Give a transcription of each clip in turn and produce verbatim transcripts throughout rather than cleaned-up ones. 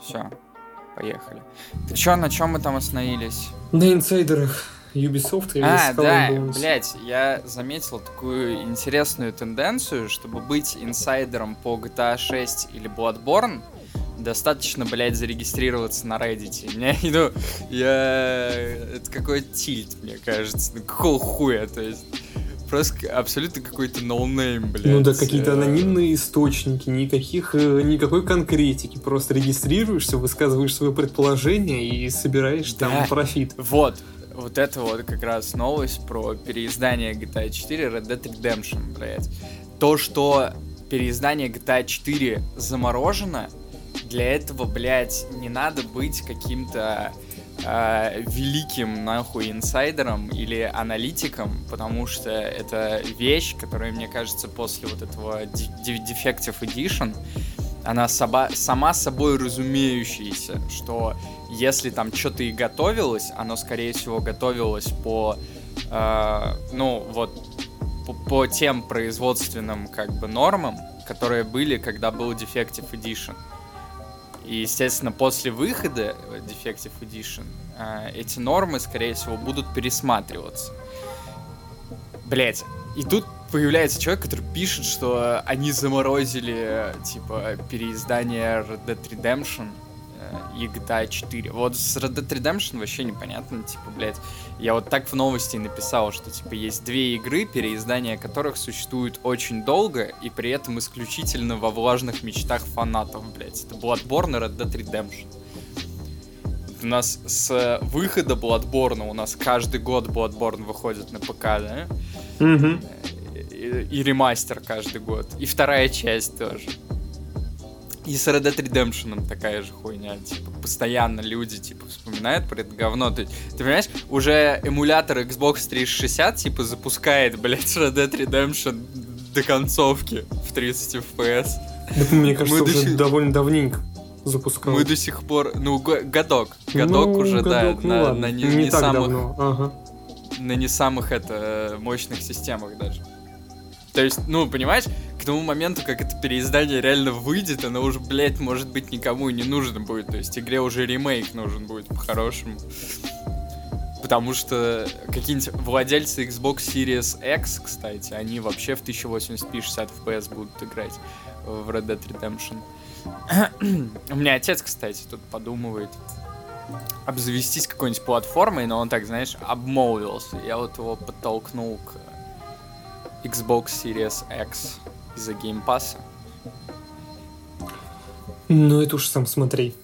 Все, поехали. Ты чё, на чем мы там остановились? На инсайдерах Ubisoft и А, Skull да, and Bones. блять, я заметил такую интересную тенденцию, чтобы быть инсайдером по джи ти эй шесть или Bloodborne, достаточно, блядь, зарегистрироваться на Reddit. Мне, ну, я... Это какой-то тильт, мне кажется. Ну, какого хуя, то есть... Просто абсолютно какой-то ноунейм, блядь. Ну да, какие-то анонимные источники, никаких, никакой конкретики. Просто регистрируешься, высказываешь свое предположение и собираешь Да. там профит. Вот. Вот это вот как раз новость про переиздание джи ти эй четыре Red Dead Redemption, блядь. То, что переиздание джи ти эй четыре заморожено, для этого, блядь, не надо быть каким-то э, великим, нахуй, инсайдером или аналитиком, потому что это вещь, которая, мне кажется, после вот этого Defective Edition, она сама, сама собой разумеющаяся, что если там что-то и готовилось, оно, скорее всего, готовилось по, э, ну, вот, по, по тем производственным, как бы, нормам, которые были, когда был Defective Edition. И, естественно, после выхода Defective Edition э, эти нормы, скорее всего, будут пересматриваться. Блять, и тут появляется человек, который пишет, что они заморозили, типа, переиздание Red Dead Redemption э, и джи ти эй четыре. Вот с Red Dead Redemption вообще непонятно, типа, блять. Я вот так в новости написал, что, типа, есть две игры, переиздания которых существуют очень долго, и при этом исключительно во влажных мечтах фанатов, блять. Это Bloodborne и Red Dead Redemption. У нас с выхода Bloodborne, у нас каждый год Bloodborne выходит на ПК, да? Угу. И, и ремастер каждый год. И вторая часть тоже. И с Red Dead Redemption такая же хуйня. Типа, постоянно люди, типа, вспоминают про это говно. Ты, ты понимаешь, уже эмулятор Xbox триста шестьдесят, типа, запускает, блядь, Red Dead Redemption до концовки в тридцать эф пи эс. Да, мне кажется, Мы уже до сих- довольно давненько запускал. Мы до сих пор... Ну, г- годок. Годок Ну, уже, годок, да, ну на, ладно, на не, не не так самых... давно. Ага. на не самых это мощных системах даже. То есть, ну, понимаешь, к тому моменту, как это переиздание реально выйдет, оно уже, блядь, может быть, никому и не нужно будет. То есть игре уже ремейк нужен будет по-хорошему. Потому что какие-нибудь владельцы Xbox Series X, кстати, они вообще в тысяча восемьдесят пи шестьдесят эф пи эс будут играть в Red Dead Redemption. У меня отец, кстати, тут подумывает обзавестись какой-нибудь платформой, но он так, знаешь, обмолвился. Я вот его подтолкнул к Xbox Series X из-за геймпасса. Ну, это уж сам смотри.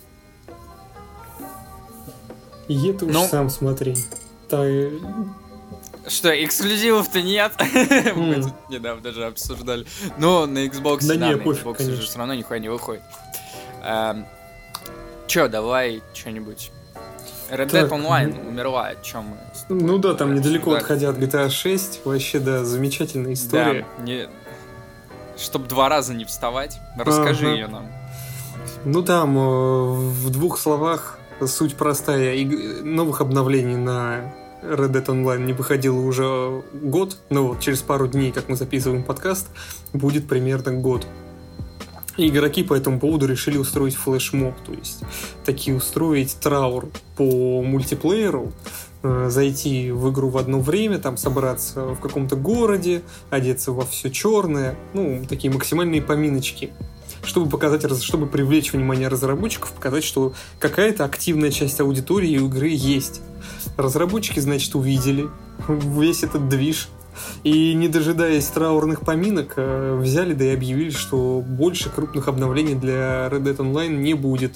И это уж Ну. сам смотри. Та- Что, эксклюзивов-то нет? Мы М. тут недавно даже обсуждали. Но на Xbox, Да да, не, на пофиг, Xbox конечно. же все равно нихуя не выходит. Эм, Чё, давай что-нибудь. Red Dead Так, Online умерла, о чем мы? с тобой Ну да, там недалеко обсуждали? отходя от джи ти эй шесть. Вообще, да, замечательная история. Да, не... Чтоб два раза не вставать. Расскажи Ага. ее нам. Ну там, э, в двух словах, суть простая. Иг- Новых обновлений на Red Dead Online не выходило уже год. Ну вот, через пару дней, как мы записываем подкаст, будет примерно год. И игроки по этому поводу решили устроить флешмоб, то есть таки устроить траур по мультиплееру, э, зайти в игру в одно время, там собраться в каком-то городе, одеться во все черное, ну, такие максимальные поминочки, чтобы показать, раз- чтобы привлечь внимание разработчиков, показать, что какая-то активная часть аудитории у игры есть. Разработчики, значит, увидели весь этот движ, и, не дожидаясь траурных поминок, э, взяли да и объявили, что больше крупных обновлений для Red Dead Online не будет.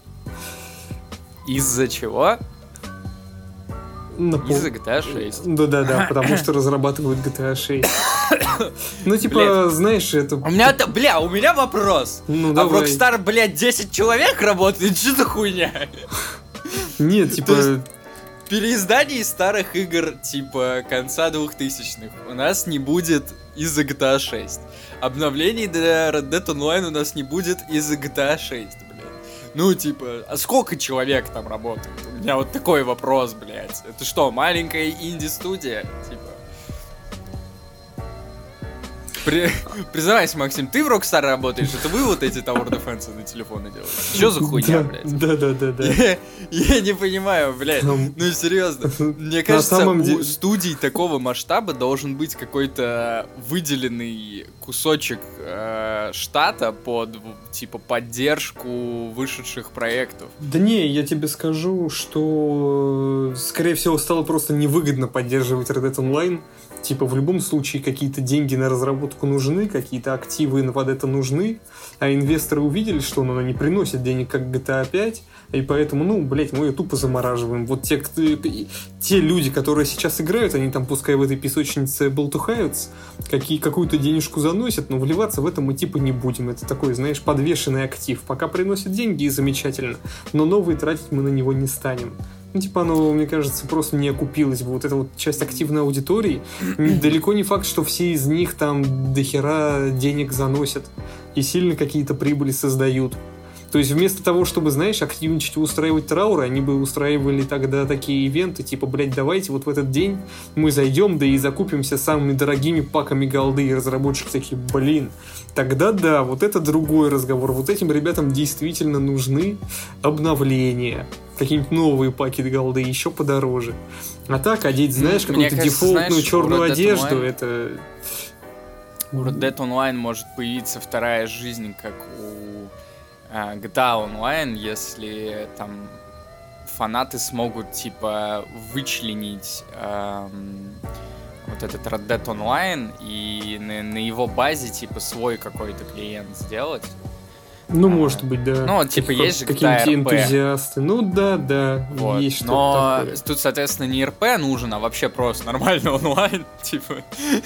Из-за чего? Напом- Из-за джи ти эй шесть. Да-да-да, потому что разрабатывают джи ти эй шесть. Ну, типа, Блядь. знаешь, это... У меня-то, бля, у меня вопрос. Ну, А в давай. Rockstar, блядь, десять человек работает? Что за хуйня? Нет, То типа... есть- Переизданий старых игр типа конца двухтысячных у нас не будет из-за джи ти эй шесть. Обновлений для Red Dead Online у нас не будет из-за джи ти эй шесть, блядь. Ну, типа, а сколько человек там работает? У меня вот такой вопрос, блядь. Это что, маленькая инди-студия? Типа... При... Признавайся, Максим, ты в Rockstar работаешь, это вы вот эти Tower Defense на телефоны делаете? Что за хуйня, блядь? Да-да-да. Я, я не понимаю, блядь. Ну, серьезно. Мне кажется, у деле... студий такого масштаба должен быть какой-то выделенный кусочек э, штата под, типа, поддержку вышедших проектов. Да не, я тебе скажу, что, скорее всего, стало просто невыгодно поддерживать Red Dead Online. Типа, в любом случае, какие-то деньги на разработку нужны, какие-то активы под это нужны, а инвесторы увидели, что она не приносит денег, как джи ти эй пять, и поэтому, ну, блять, мы ее тупо замораживаем. Вот те, кто, те люди, которые сейчас играют, они там, пускай в этой песочнице болтухаются, какие, какую-то денежку заносят, но вливаться в это мы типа не будем. Это такой, знаешь, подвешенный актив. Пока приносит деньги, и замечательно, но новые тратить мы на него не станем. Ну, типа, оно, мне кажется, просто не окупилось бы. Вот эта вот часть активной аудитории, далеко не факт, что все из них там дохера денег заносят и сильно какие-то прибыли создают. То есть вместо того, чтобы, знаешь, активничать и устраивать трауры, они бы устраивали тогда такие ивенты, типа, блядь, давайте вот в этот день мы зайдем, да и закупимся самыми дорогими паками голды, и разработчики такие, блин, тогда да, вот это другой разговор. Вот этим ребятам действительно нужны обновления, какие-нибудь новые паки голды, еще подороже. А так, одеть, знаешь, какую-то кажется, дефолтную знаешь, черную одежду, Online... это... У Red Dead Online может появиться вторая жизнь, как у джи ти эй Online, если там фанаты смогут, типа, вычленить эм, вот этот Red Dead Online и на, на его базе, типа, свой какой-то клиент сделать. Ну, а, может быть, да. Ну, типа, как, есть же какие-то энтузиасты. Ну, да, да, вот. Есть что-то Но такое. Тут, соответственно, не эр пи нужен, а вообще просто нормальный онлайн, типа.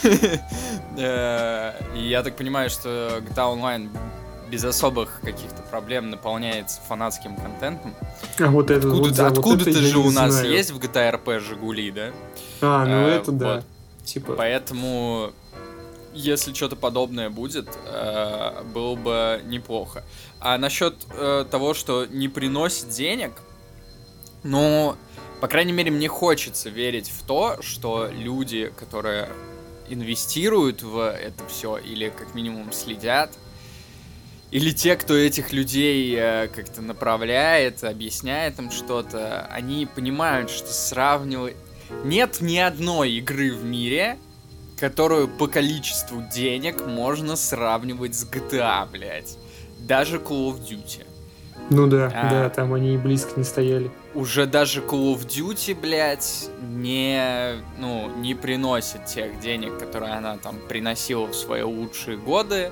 И я так понимаю, что джи ти эй Online без особых каких-то проблем наполняется фанатским контентом. А вот это Откуда, вот, да, откуда-то вот же у нас знаю. есть в джи ти эй эр пи Жигули, да? А, ну а, это да. Вот. Типа... Поэтому, если что-то подобное будет, э, было бы неплохо. А насчет э, того, что не приносит денег, ну, по крайней мере, мне хочется верить в то, что люди, которые инвестируют в это все или как минимум следят, или те, кто этих людей э, как-то направляет, объясняет им что-то, они понимают, что сравнивать... Нет ни одной игры в мире, которую по количеству денег можно сравнивать с джи ти эй, блядь. Даже Call of Duty. Ну да, а, да, там они и близко не стояли. Уже даже Call of Duty, блядь, не, ну, не приносит тех денег, которые она там приносила в свои лучшие годы.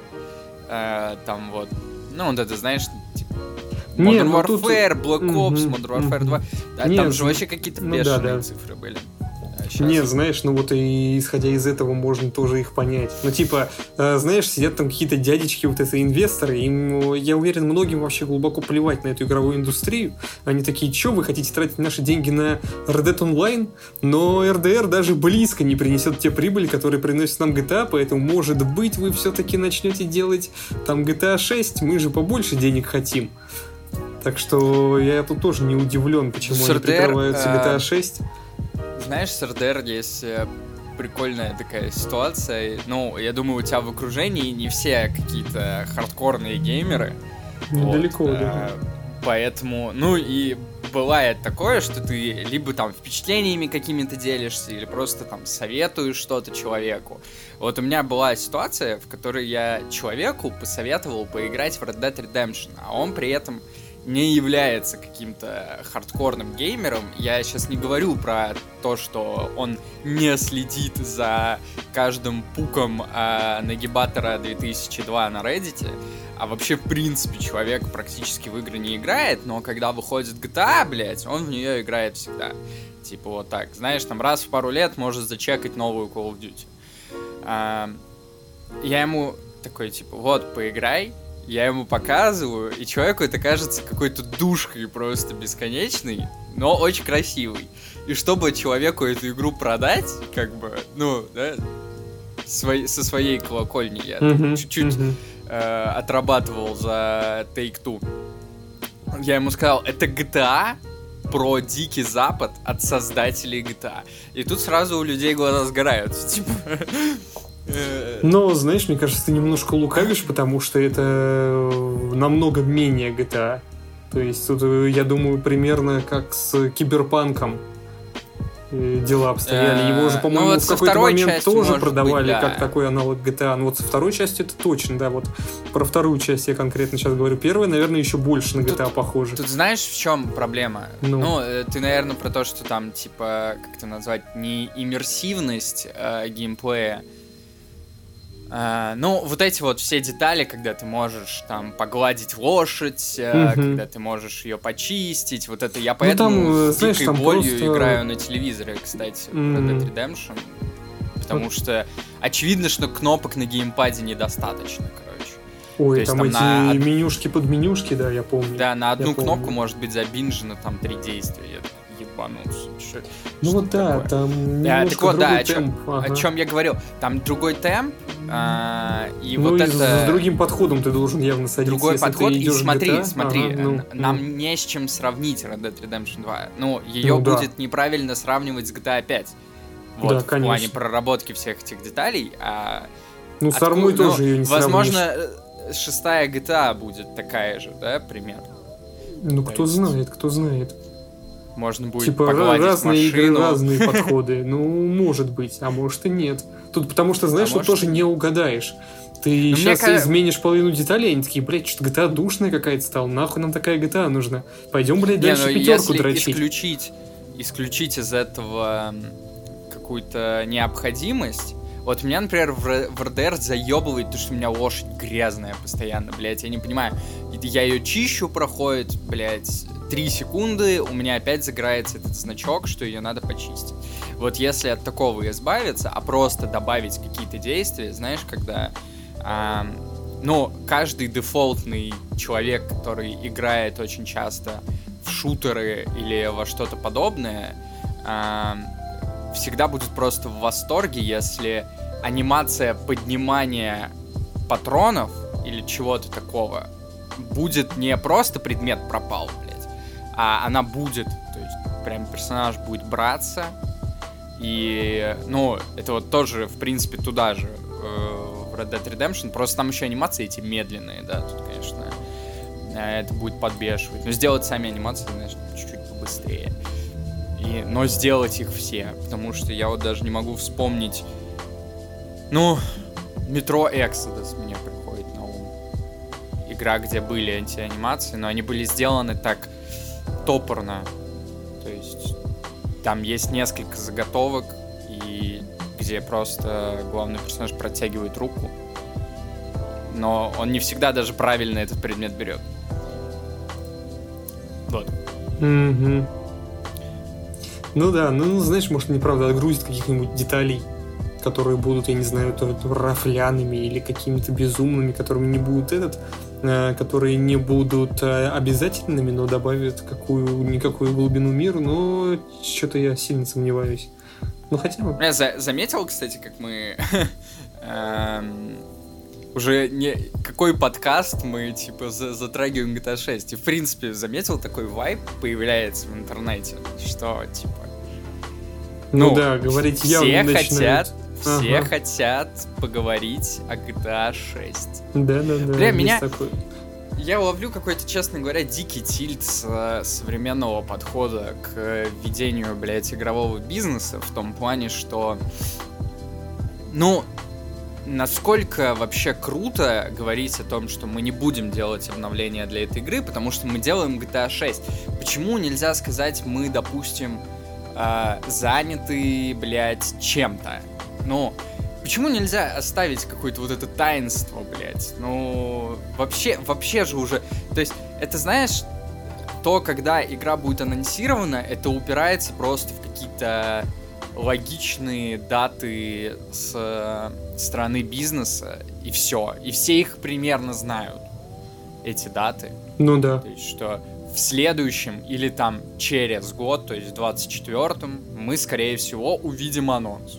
Э, там вот, ну, вот это, знаешь, типа, Modern Не, ну Warfare, тут... Black Ops, Мгм, Modern Warfare мгм. два. Да, Не, там же ну, вообще какие-то ну бешеные да, да. цифры были. Сейчас. Нет, знаешь, ну вот и исходя из этого можно тоже их понять. Ну типа, э, знаешь, сидят там какие-то дядечки, вот это инвесторы, им, я уверен, многим вообще глубоко плевать на эту игровую индустрию. Они такие, что вы хотите тратить наши деньги на Red Dead Online? Но эр ди ар даже близко не принесет те прибыли, которые приносит нам джи ти эй, поэтому, может быть, вы все-таки начнете делать там джи ти эй шесть, мы же побольше денег хотим. Так что я тут тоже не удивлен, почему С они эр ди ар, прикрываются джи ти эй шесть. Знаешь, с эр ди ар есть э, прикольная такая ситуация. Ну, я думаю, у тебя в окружении не все какие-то хардкорные геймеры. Недалеко, вот, да. э, Поэтому, ну и бывает такое, что ты либо там впечатлениями какими-то делишься, или просто там советуешь что-то человеку. Вот у меня была ситуация, в которой я человеку посоветовал поиграть в Red Dead Redemption, а он при этом не является каким-то хардкорным геймером. Я сейчас не говорю про то, что он не следит за каждым пуком э, нагибатора две тысячи два на Reddit, а вообще, в принципе, человек практически в игры не играет, но когда выходит джи ти эй, блядь, он в нее играет всегда. Типа вот так. Знаешь, там раз в пару лет может зачекать новую Call of Duty. А, я ему такой, типа, вот, поиграй. Я ему показываю, и человеку это кажется какой-то душкой просто бесконечной, но очень красивой. И чтобы человеку эту игру продать, как бы, ну, да, свой, со своей колокольни я Mm-hmm. чуть-чуть Mm-hmm. э, отрабатывал за Take-Two. Я ему сказал, это джи ти эй про Дикий Запад от создателей джи ти эй. И тут сразу у людей глаза сгорают. Типа, Но, знаешь, мне кажется, ты немножко лукавишь, потому что это намного менее джи ти эй. То есть тут, я думаю, примерно как с Киберпанком дела обстояли. Его же, по-моему, ну, вот в какой-то момент тоже продавали быть, да. как такой аналог джи ти эй. Но вот со второй частью это точно, да. Вот про вторую часть я конкретно сейчас говорю. Первая, наверное, еще больше на джи ти эй похожа. Тут знаешь, в чем проблема? Ну, ну ты, наверное, про то, что там, типа, как это назвать, не иммерсивность э, геймплея. Uh, ну, вот эти вот все детали, когда ты можешь там погладить лошадь, uh, mm-hmm. когда ты можешь ее почистить, вот это я поэтому ну, там, с знаешь, дикой болью просто... играю на телевизоре, кстати, mm-hmm. в Red Dead Redemption, потому mm-hmm. что очевидно, что кнопок на геймпаде недостаточно, короче. Ой, есть, там, там эти на... менюшки под менюшки, да, я помню. Да, на одну я кнопку помню. может быть забинжено там три действия. Ебануться. Что, ну что вот да, такое? там да, так вот, да, о чем, темп. Ага. о чем я говорил. Там другой темп, а, и ну вот и это... с другим подходом ты должен явно садиться. Другой подход, и смотри, джи ти эй, смотри, ага, ну, нам ну. не с чем сравнить Red Dead Redemption два. Ну, ее ну, будет да. неправильно сравнивать с джи ти эй пять. Вот, да, в конечно. плане проработки всех этих деталей. А ну, с Армой откуда, тоже ну, ее не возможно, сравнишь. шестая джи ти эй будет такая же, да, примерно? Ну, То кто есть... знает, кто знает. Можно будет типа погладить разные машину. игры, разные подходы. Ну, может быть, а может и нет. Тут потому что, знаешь, а тут тоже не угадаешь. Ты но сейчас мне... изменишь половину деталей, они такие, блядь, что-то джи ти эй душная какая-то стала, нахуй нам такая джи ти эй нужна. Пойдем, блядь, не, дальше пятерку дрочить. Исключить, исключить из этого какую-то необходимость. Вот меня, например, в эр ди ар заебывает, то, что у меня лошадь грязная постоянно, блядь, я не понимаю. Я ее чищу, проходит, блядь, три секунды, у меня опять загорается этот значок, что ее надо почистить. Вот если от такого избавиться, а просто добавить какие-то действия, знаешь, когда... А, ну, каждый дефолтный человек, который играет очень часто в шутеры или во что-то подобное, а, всегда будет просто в восторге, если анимация поднимания патронов или чего-то такого будет не просто предмет пропал, блядь, а она будет, то есть прям персонаж будет браться, и, ну, это вот тоже, в принципе, туда же, э, в Red Dead Redemption, просто там еще анимации эти медленные, да, тут, конечно, это будет подбешивать, но сделать сами анимации, знаешь, чуть-чуть побыстрее. И, но сделать их все, потому что я вот даже не могу вспомнить, ну, Metro Exodus мне приходит на ум. Игра, где были антианимации, но они были сделаны так топорно, то есть там есть несколько заготовок, и где просто главный персонаж протягивает руку, но он не всегда даже правильно этот предмет берет. Вот. Mm-hmm. Ну да, ну знаешь, может, неправда отгрузит каких-нибудь деталей, которые будут, я не знаю, то, то рафляными или какими-то безумными, которыми не будут этот, э, которые не будут э, обязательными, но добавят какую-никакую глубину миру, но что-то я сильно сомневаюсь. Ну хотя бы. Я за- заметил, кстати, как мы уже не какой подкаст мы типа затрагиваем джи ти эй шесть. И в принципе заметил, такой вайб появляется в интернете, что типа ну, ну да, говорить явно все хотят, ага. все хотят поговорить о джи ти эй шесть. Да, да, да. Бля, меня такой. Я ловлю какой-то, честно говоря, дикий тильт с современного подхода к ведению, блядь, игрового бизнеса в том плане, что, ну, насколько вообще круто говорить о том, что мы не будем делать обновления для этой игры, потому что мы делаем джи ти эй шесть. Почему нельзя сказать, мы, допустим, э, заняты, блядь, чем-то? Ну, почему нельзя оставить какое-то вот это таинство, блядь? Ну, вообще, вообще же уже... То есть, это, знаешь, то, когда игра будет анонсирована, это упирается просто в какие-то логичные даты с стороны бизнеса, и все. И все их примерно знают, эти даты. Ну да. То есть, что в следующем или там через год, то есть в двадцать четвёртом, мы, скорее всего, увидим анонс.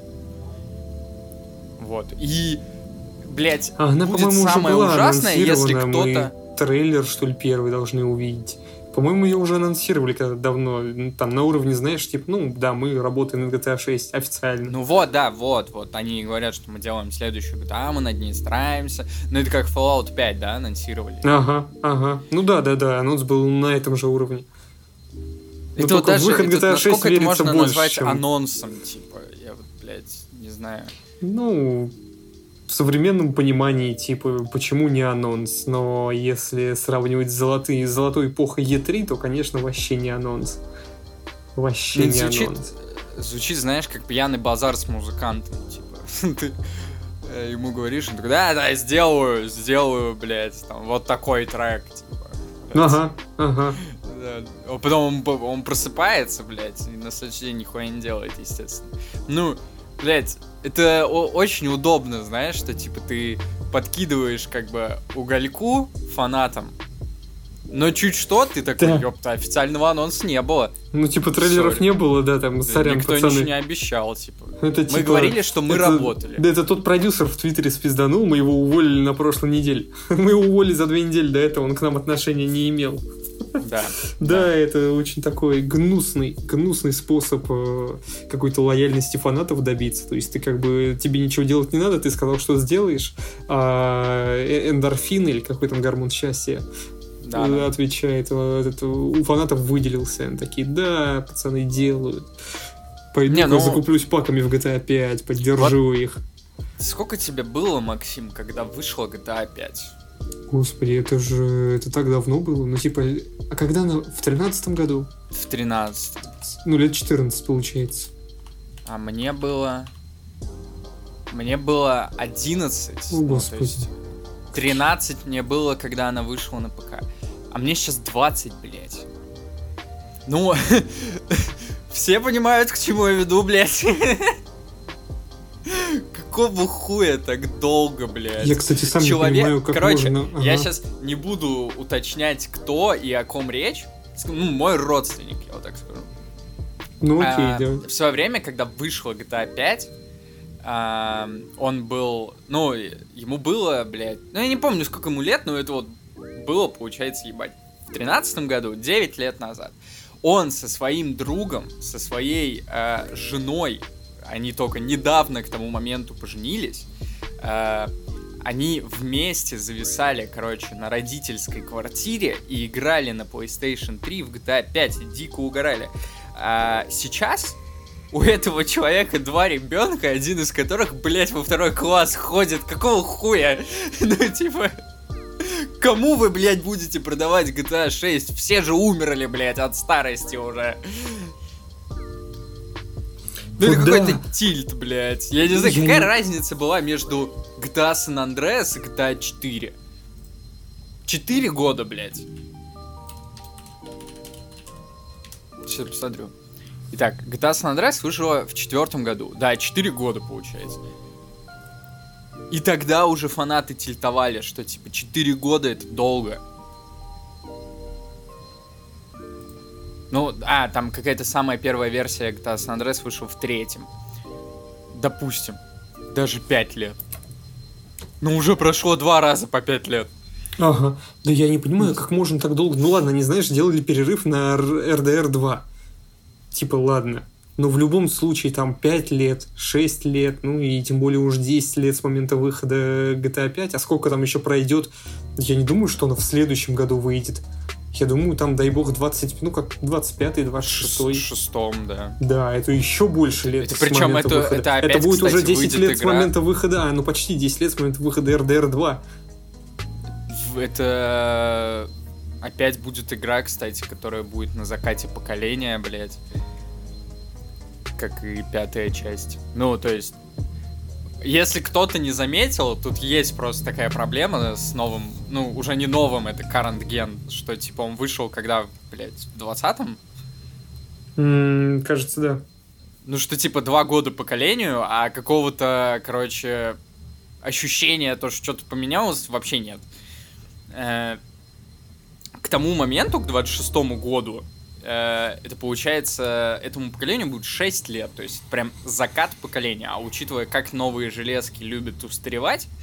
Вот. И, блять, а она, будет самое уже была ужасное, если кто-то... Мы трейлер, что ли, первый должны увидеть. По-моему, ее уже анонсировали когда давно. Там на уровне, знаешь, типа, ну, да, мы работаем над джи ти эй шесть официально. Ну вот, да, вот, вот. Они говорят, что мы делаем следующую джи ти эй, мы над ней стараемся. Ну это как Fallout пять, да, анонсировали? Ага, ага. Ну да, да, да, анонс был на этом же уровне. Но это вот даже, выход джи ти эй шесть насколько это можно больше, назвать чем... анонсом, типа, я вот, блядь, не знаю. Ну, в современном понимании, типа, почему не анонс? Но если сравнивать с золотой, с золотой эпохой и три, то, конечно, вообще не анонс. Вообще ну, не звучит, анонс. Звучит, знаешь, как пьяный базар с музыкантом, типа. Ты ему говоришь, он такой, да, да, сделаю, сделаю, блядь, там, вот такой трек, типа. Ага, ага. Да. Потом он, он просыпается, блядь, и на следующий день нихуя не делает, естественно. Ну, блядь, это о- очень удобно, знаешь, что, типа, ты подкидываешь, как бы, угольку фанатам, но чуть что, ты такой, да. ёпта, официального анонса не было. Ну, типа, трейлеров Sorry. не было, да, там, сорян, никто пацаны. ничего не обещал, типа. Это, мы типа, говорили, что мы это, работали. Да, это тот продюсер в Твиттере спизданул, мы его уволили на прошлой неделе. Мы его уволили за две недели до этого, он к нам отношения не имел. Да. Да, это очень такой гнусный, гнусный способ э, какой-то лояльности фанатов добиться. То есть ты как бы, тебе ничего делать не надо, ты сказал, что сделаешь, а эндорфин или какой там гормон счастья да, да. отвечает, вот, у фанатов выделился. Они такие, да, пацаны делают. Пойду-ка ну... закуплюсь паками в джи ти эй пять, поддержу вот. их. Сколько тебе было, Максим, когда вышла джи ти эй пять? Господи, это же... Это так давно было. Ну, типа... А когда она... В тринадцатом году? В тринадцатом. Ну, лет четырнадцать, получается. А мне было... Мне было одиннадцать. О, Господи. Ну, то есть тринадцать мне было, когда она вышла на ПК. А мне сейчас двадцать, блядь. Ну... Все понимают, к чему я веду, блядь. Какого хуя так долго, блядь? Я, кстати, сам Человек... не понимаю, как Короче, можно... Ага. я сейчас не буду уточнять, кто и о ком речь. Ну, мой родственник, я вот так скажу. Ну, окей, а, да. В свое время, когда вышла джи ти эй пять, а, он был... Ну, ему было, блядь... Ну, я не помню, сколько ему лет, но это вот было, получается, ебать. В тринадцатом году, девять лет назад, он со своим другом, со своей э, женой, они только недавно к тому моменту поженились, э, они вместе зависали, короче, на родительской квартире и играли на PlayStation три в джи ти эй пять, и дико угорали. А сейчас у этого человека два ребенка, один из которых, блять, во второй класс ходит. Какого хуя? Ну, типа... Кому вы, блядь, будете продавать джи ти эй шесть? Все же умерли, блядь, от старости уже. Ну, это да. какой-то тильт, блядь. Я не знаю, Я какая не... разница была между джи ти эй San Andreas и джи ти эй четыре? Четыре года, блядь. Сейчас посмотрю. Итак, джи ти эй San Andreas вышла в четвертом году. Да, четыре года, получается. И тогда уже фанаты тильтовали, что типа четыре года это долго. Ну, а, там какая-то самая первая версия джи ти эй San Andreas вышла в третьем. Допустим. Даже пять лет. Ну, уже прошло два раза по пять лет. Ага. Да я не понимаю, как можно так долго... Ну ладно, они, знаешь, сделали перерыв на эр ди ар два. Типа, ладно. Но в любом случае там пять лет, шесть лет, ну и тем более уже десять лет с момента выхода джи ти эй пять. А сколько там еще пройдет? Я не думаю, что она в следующем году выйдет. Я думаю, там, дай бог, двадцать, ну как двадцать пятый, двадцать шестой. В шестом, да. Да, это еще больше лет. Это причем это, это опять, это будет кстати, уже десять лет игра. с момента выхода, а, ну почти десять лет с момента выхода эр ди ар два. Это опять будет игра, кстати, которая будет на закате поколения, блядь. Как и пятая часть. Ну, то есть, если кто-то не заметил, тут есть просто такая проблема с новым, ну, уже не новым, это current gen, что, типа, он вышел когда, блядь, в двадцатом? Mm, кажется, да. Ну, что, типа, два года поколению, а какого-то, короче, ощущения, то, что что-то поменялось, вообще нет. К тому моменту, к двадцать шестому году, это получается, этому поколению будет шесть лет, то есть прям закат поколения, а учитывая, как новые железки любят устаревать,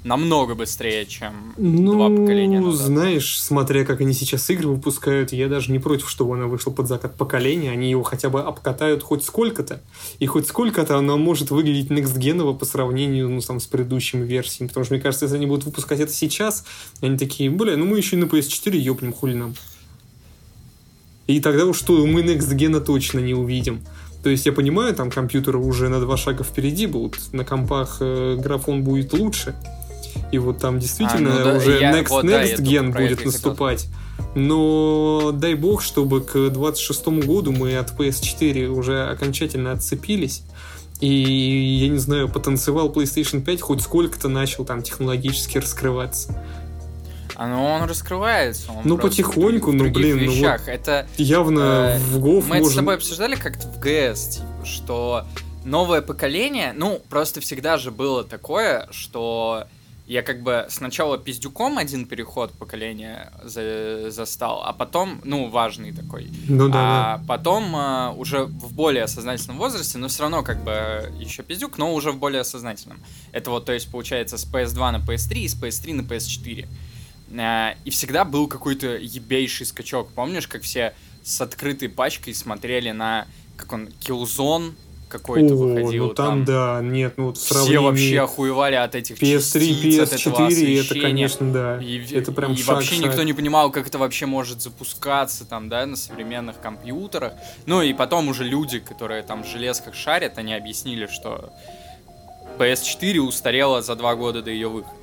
намного быстрее, чем ну, два поколения назад. Знаешь, смотря как они сейчас игры выпускают, я даже не против, чтобы она вышла под закат поколения, они его хотя бы обкатают хоть сколько-то, и хоть сколько-то она может выглядеть некстгеново по сравнению, ну, там, с предыдущими версиями, потому что, мне кажется, если они будут выпускать это сейчас, они такие, бля, ну мы еще и на пи эс четыре ёбнем, хули нам. И тогда уж что, мы некстгена точно не увидим. То есть я понимаю, там компьютеры уже на два шага впереди будут, на компах э, графон будет лучше, и вот там действительно а, ну, да, уже я, next, вот, next да, gen будет наступать. Но дай бог, чтобы к двадцать шестому году мы от пи эс четыре уже окончательно отцепились, и, я не знаю, потанцевал PlayStation пять хоть сколько-то начал там технологически раскрываться. А ну он раскрывается. Он ну потихоньку, ну блин, вещах. ну вот это явно э, в гоф мы можно... это с тобой обсуждали как-то в ГС, типа, что новое поколение, ну просто всегда же было такое, что я как бы сначала пиздюком один переход поколения за, застал, а потом, ну важный такой, ну, да, а да. потом а, уже в более сознательном возрасте, но все равно как бы еще пиздюк, но уже в более сознательном. Это вот, то есть получается с пи эс два на пи эс три и с пи эс три на пи эс четыре. И всегда был какой-то ебейший скачок. Помнишь, как все с открытой пачкой смотрели на, как он, Killzone какой-то О, выходил. Ну там, там, да, нет, ну вот все вообще охуевали от этих пи эс три, частиц, пи эс от этого освещения. Это, конечно, да. И, это прям и шаг, вообще шаг. никто не понимал, как это вообще может запускаться там, да, на современных компьютерах. Ну и потом уже люди, которые там в железках шарят, они объяснили, что пи эс четыре устарела за два года до ее выхода.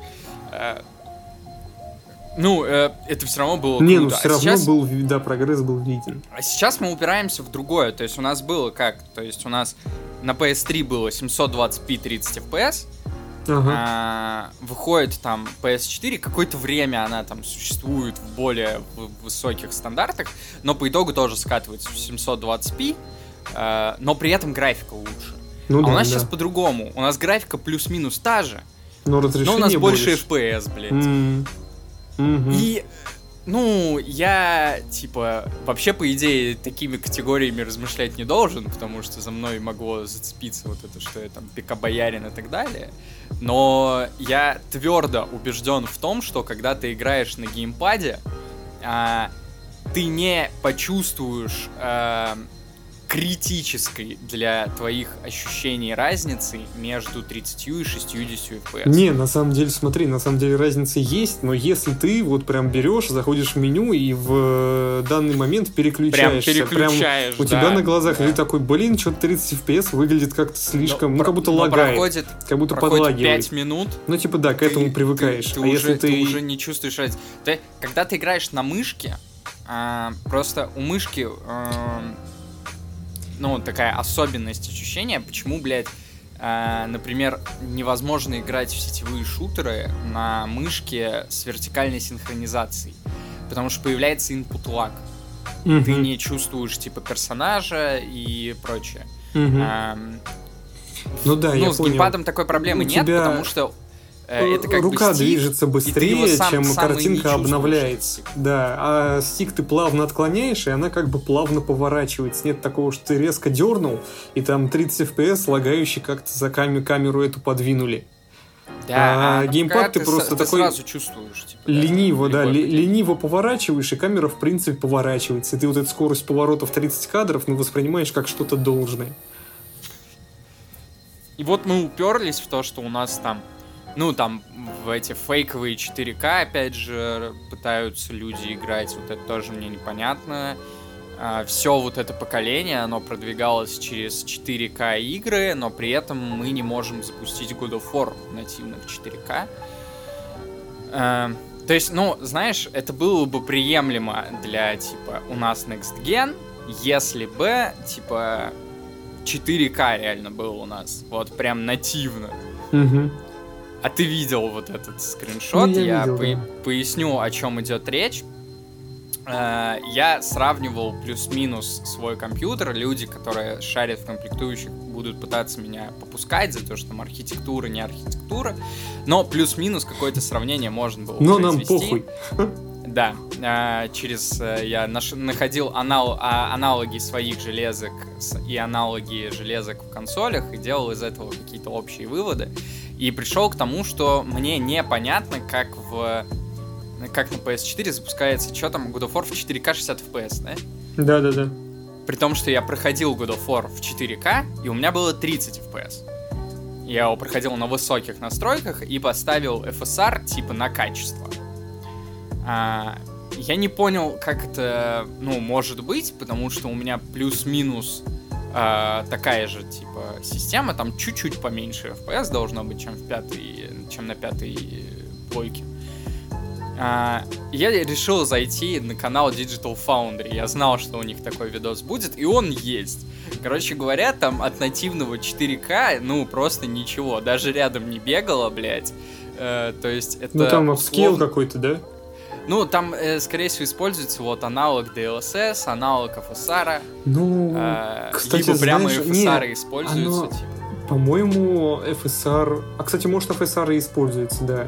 Ну, э, это все равно было Не, круто. ну все а равно сейчас... был, да, прогресс был виден. А сейчас мы упираемся в другое. То есть у нас было как? То есть у нас на пи эс три было семьсот двадцать пи тридцать эф пи эс. Ага. А, выходит там пи эс четыре, какое-то время она там существует в более высоких стандартах, но по итогу тоже скатывается в семьсот двадцать пи, а, но при этом графика лучше. Ну, а да, у нас да. сейчас по-другому. У нас графика плюс-минус та же, но, но у нас больше эф пи эс, блядь. Mm. Mm-hmm. И, ну, я, типа, вообще, по идее, такими категориями размышлять не должен, потому что за мной могло зацепиться вот это, что я там пика-боярин и так далее. Но я твердо убежден в том, что когда ты играешь на геймпаде, а, ты не почувствуешь а, критической для твоих ощущений разницы между тридцатью и шестьюдесятью эф пи эс. Не, на самом деле, смотри, на самом деле разница есть, но если ты вот прям берешь, заходишь в меню и в данный момент переключаешься. Прям переключаешь, прям у да, тебя на глазах, да. и ты такой, блин, что-то тридцать эф пи эс выглядит как-то слишком, но, ну, как будто но лагает. Проходит, как будто проходит подлагивает. пять минут. Ну, типа, да, к ты, этому привыкаешь. Ты, ты, а уже, если ты... ты уже не чувствуешь разницы. Ты, когда ты играешь на мышке, а, просто у мышки... А, ну, такая особенность ощущения, почему, блядь, э, например, невозможно играть в сетевые шутеры на мышке с вертикальной синхронизацией, потому что появляется input lag. Mm-hmm. Ты не чувствуешь, типа, персонажа и прочее. Mm-hmm. Эм, ну да, ну, я с понял. геймпадом такой проблемы У нет, тебя... потому что это как рука бы стик, движется быстрее, сам, чем картинка обновляется. Стик. Да, а стик ты плавно отклоняешь, и она как бы плавно поворачивается. Нет такого, что ты резко дернул, и там тридцать эф пи эс лагающий как-то за кам- камеру эту подвинули. Да, а геймпад ты, ты просто ты такой сразу чувствуешь, типа, лениво, да, да, ли, лениво поворачиваешь, и камера в принципе поворачивается. И ты вот эту скорость поворотов тридцать кадров, ну, воспринимаешь как что-то должное. И вот мы уперлись в то, что у нас там, ну, там, в эти фейковые четыре ка, опять же, пытаются люди играть, вот это тоже мне непонятно. А, все вот это поколение, оно продвигалось через четыре ка игры, но при этом мы не можем запустить God of War нативно в четыре ка. А, то есть, ну, знаешь, это было бы приемлемо для, типа, у нас Next Gen, если бы, типа, четыре ка реально было у нас, вот прям нативно. Угу. А ты видел вот этот скриншот, ну, я, я видел, по- да. поясню, о чем идет речь. Я сравнивал плюс-минус свой компьютер. Люди, которые шарят в комплектующих, будут пытаться меня попускать за то, что там архитектура, не архитектура. Но плюс-минус какое-то сравнение можно было Но произвести. нам похуй. Да, через я наш, находил анал, аналоги своих железок и аналоги железок в консолях и делал из этого какие-то общие выводы. И пришел к тому, что мне непонятно, как в... как на пи эс четыре запускается, что там, God of War в четыре ка шестьдесят эф пи эс, да? Да-да-да. При том, что я проходил God of War в четыре ка, и у меня было тридцать эф пи эс. Я его проходил на высоких настройках и поставил эф эс ар типа на качество. А, я не понял, как это, ну, может быть, потому что у меня плюс-минус а, такая же, типа, система, там чуть-чуть поменьше эф пи эс должно быть, чем в пятой, чем на пятой плойке. А, я решил зайти на канал Digital Foundry. Я знал, что у них такой видос будет, и он есть. Короче говоря, там от нативного четыре ка, ну, просто ничего. Даже рядом не бегало, блядь. Э, то есть это... Ну, там апскейл условно... какой-то, да? Ну, там, э, скорее всего, используется вот аналог ди эл эс эс, аналог эф эс ар. Ну, э, кстати, либо прямо знаешь, эф эс ар не, используются, оно, типа. По-моему, эф эс ар... А, кстати, может, эф эс ар и используется, да.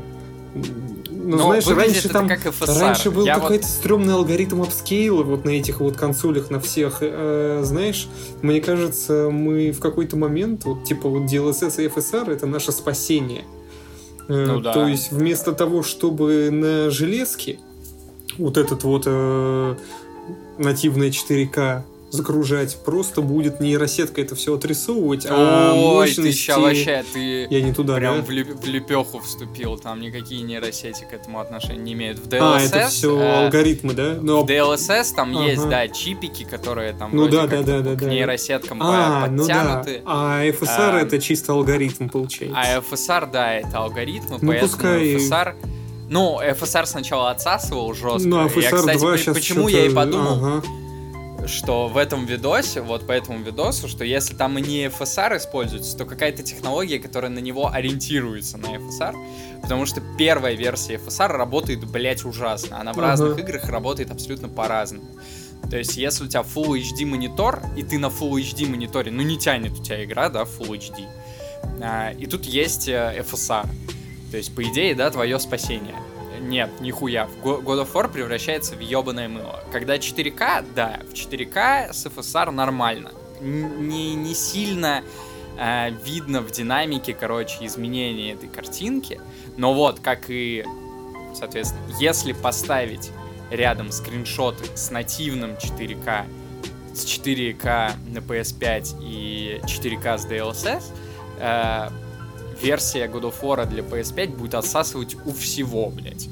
Ну, Но знаешь, раньше там как эф эс ар. раньше был Я какой-то вот... стрёмный алгоритм апскейла вот на этих вот консолях, на всех. Э, знаешь, мне кажется, мы в какой-то момент, вот типа вот ди эл эс эс и эф эс ар — это наше спасение. Э, ну, да. То есть вместо того, чтобы на железке вот этот вот э, нативное четыре ка загружать, просто будет нейросетка это все отрисовывать, а Ой, мощности... ты ща вообще, ты Я не туда, прям да? в, лю- в лепеху вступил, там никакие нейросети к этому отношения не имеют. В ди эл эс эс... А, это все э, алгоритмы, да? Но... В ди эл эс эс там ага. есть, да, чипики, которые там ну, вроде да, как да, да, к да, нейросеткам а, подтянуты. Ну да. А эф эс ар а, это чисто алгоритм получается. А эф эс ар, да, это алгоритмы, ну, поэтому пускай... эф эс ар... Ну, эф эс ар сначала отсасывал жестко. Ну, а эф эс ар я, кстати, два по- почему я и подумал, ага. что в этом видосе, вот по этому видосу, что если там и не эф эс ар используется, то какая-то технология, которая на него ориентируется на эф эс ар, потому что первая версия эф эс ар работает, блять, ужасно. Она в ага. разных играх работает абсолютно по-разному. То есть, если у тебя Full эйч ди монитор, и ты на Full эйч ди мониторе, ну не тянет у тебя игра, да, Full эйч ди, а, и тут есть эф эс ар. То есть, по идее, да, твое спасение. Нет, нихуя. God of War превращается в ебаное мыло. Когда четыре ка, да, в четыре ка с эф эс ар нормально. Не, не сильно э, видно в динамике, короче, изменения этой картинки. Но вот, как и, соответственно, если поставить рядом скриншоты с нативным четыре ка, с четыре ка на пи эс пять и четыре ка с ди эл эс эс, э, версия God of War для пи эс пять будет отсасывать у всего, блять.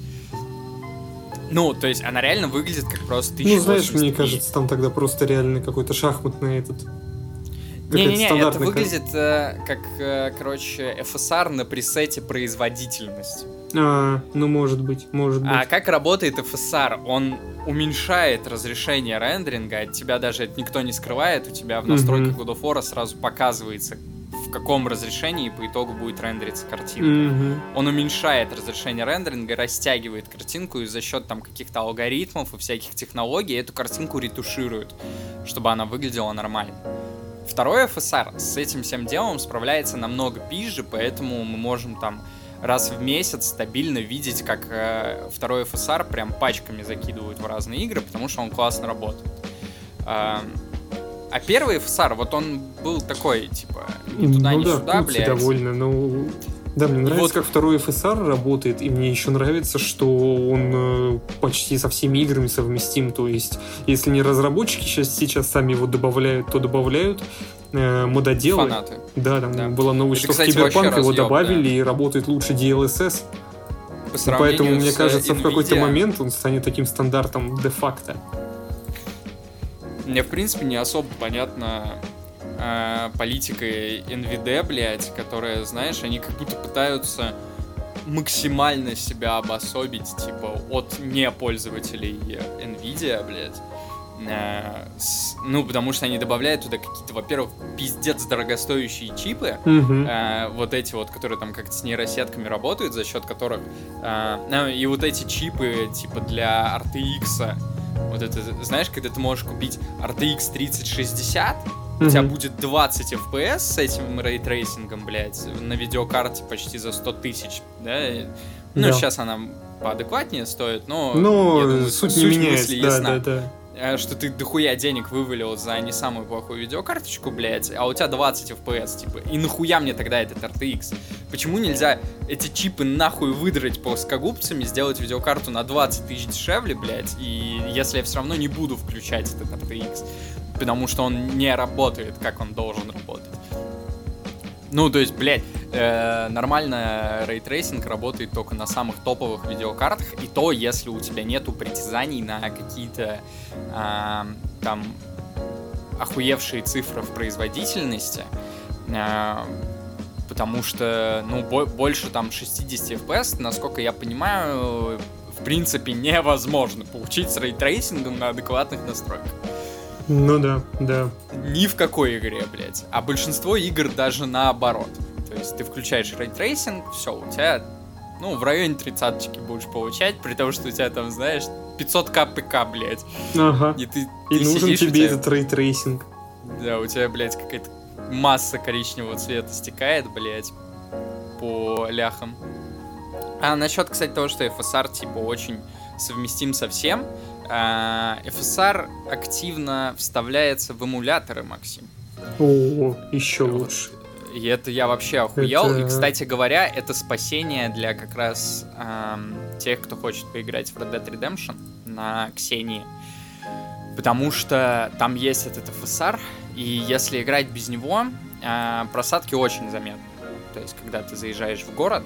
Ну, то есть она реально выглядит как просто тысяча восемьдесят. Ну, знаешь, мне кажется, там тогда просто реально какой-то шахматный этот... Не-не-не, это выглядит э, как, э, короче, эф эс ар на пресете производительность. А, ну, может быть, может быть. А как работает эф эс ар? Он уменьшает разрешение рендеринга, от тебя даже это никто не скрывает, у тебя в настройках mm-hmm. God of War сразу показывается, в каком разрешении по итогу будет рендериться картинка. Mm-hmm. Он уменьшает разрешение рендеринга, растягивает картинку и за счет там каких-то алгоритмов и всяких технологий эту картинку ретуширует, чтобы она выглядела нормально. Второй эф эс ар с этим всем делом справляется намного пизже, поэтому мы можем там раз в месяц стабильно видеть, как э, второй эф эс ар прям пачками закидывают в разные игры, потому что он классно работает. А, а первый эф эс ар, вот он был такой, типа, ни туда, ну ни да, сюда, блядь. довольно, но... Да, мне нравится, вот... как второй эф эс ар работает, и мне еще нравится, что он э, почти со всеми играми совместим, то есть, если не разработчики сейчас, сейчас сами его добавляют, то добавляют э, мододелы. Фанаты. Да, там да. была новость, это, что кстати, в Киберпанк его разъеб, добавили, да. и работает лучше ди эл эс эс. Поэтому, мне кажется, Nvidia... в какой-то момент он станет таким стандартом де-факто. Мне, в принципе, не особо понятно... политикой эн ви ди, блядь, которая, знаешь, они как будто пытаются максимально себя обособить, типа, от непользователей Nvidia, блядь. Э, с, ну, потому что они добавляют туда какие-то, во-первых, пиздец дорогостоящие чипы, mm-hmm. э, вот эти вот, которые там как-то с нейросетками работают, за счет которых... Э, ну, и вот эти чипы, типа, для ар ти экс, вот это, знаешь, когда ты можешь купить ар ти экс тридцать шестьдесят, у тебя будет двадцать эф пи эс с этим рейтрейсингом, блядь, на видеокарте почти за сто тысяч, да? Ну, да. Сейчас она поадекватнее стоит, но... Но я думаю, суть, суть не меняется, да, ясна. да, да. что ты дохуя денег вывалил за не самую плохую видеокарточку, блядь, а у тебя двадцать эф пи эс, типа, и нахуя мне тогда этот эр ти икс? Почему нельзя эти чипы нахуй выдрать плоскогубцами, сделать видеокарту на двадцать тысяч дешевле, блядь, и если я все равно не буду включать этот эр ти икс, потому что он не работает, как он должен работать. Ну, то есть, блядь, э, нормально рейтрейсинг работает только на самых топовых видеокартах, и то, если у тебя нету притязаний на какие-то э, там охуевшие цифры в производительности, э, потому что, ну, бо- больше там шестьдесят эф пи эс, насколько я понимаю, в принципе невозможно получить с рейтрейсингом на адекватных настройках. Ну да, да. Ни в какой игре, блядь. А большинство игр даже наоборот. То есть ты включаешь рейтрейсинг, все, у тебя, ну, в районе тридцаточки будешь получать, при том, что у тебя там, знаешь, пятьсот ка пи ка, блядь. Ага. И, ты, И ты нужен сидишь, тебе тебя, этот рейтрейсинг. Да, у тебя, блядь, какая-то масса коричневого цвета стекает, блядь, по ляхам. А насчет, кстати, того, что эф эс ар, типа, очень совместим со всем, эф эс ар активно вставляется в эмуляторы, Максим. О, еще лучше. И это я вообще охуел. Это... И, кстати говоря, это спасение для как раз эм, тех, кто хочет поиграть в Red Dead Redemption на Ксении. Потому что там есть этот эф эс ар, и если играть без него, э, просадки очень заметны. То есть, когда ты заезжаешь в город,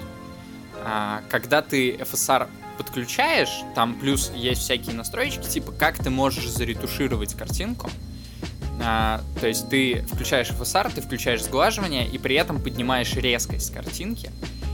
э, когда ты эф эс ар подключаешь, там плюс есть всякие настройки, типа как ты можешь заретушировать картинку. А, то есть ты включаешь эф эс ар, ты включаешь сглаживание и при этом поднимаешь резкость картинки.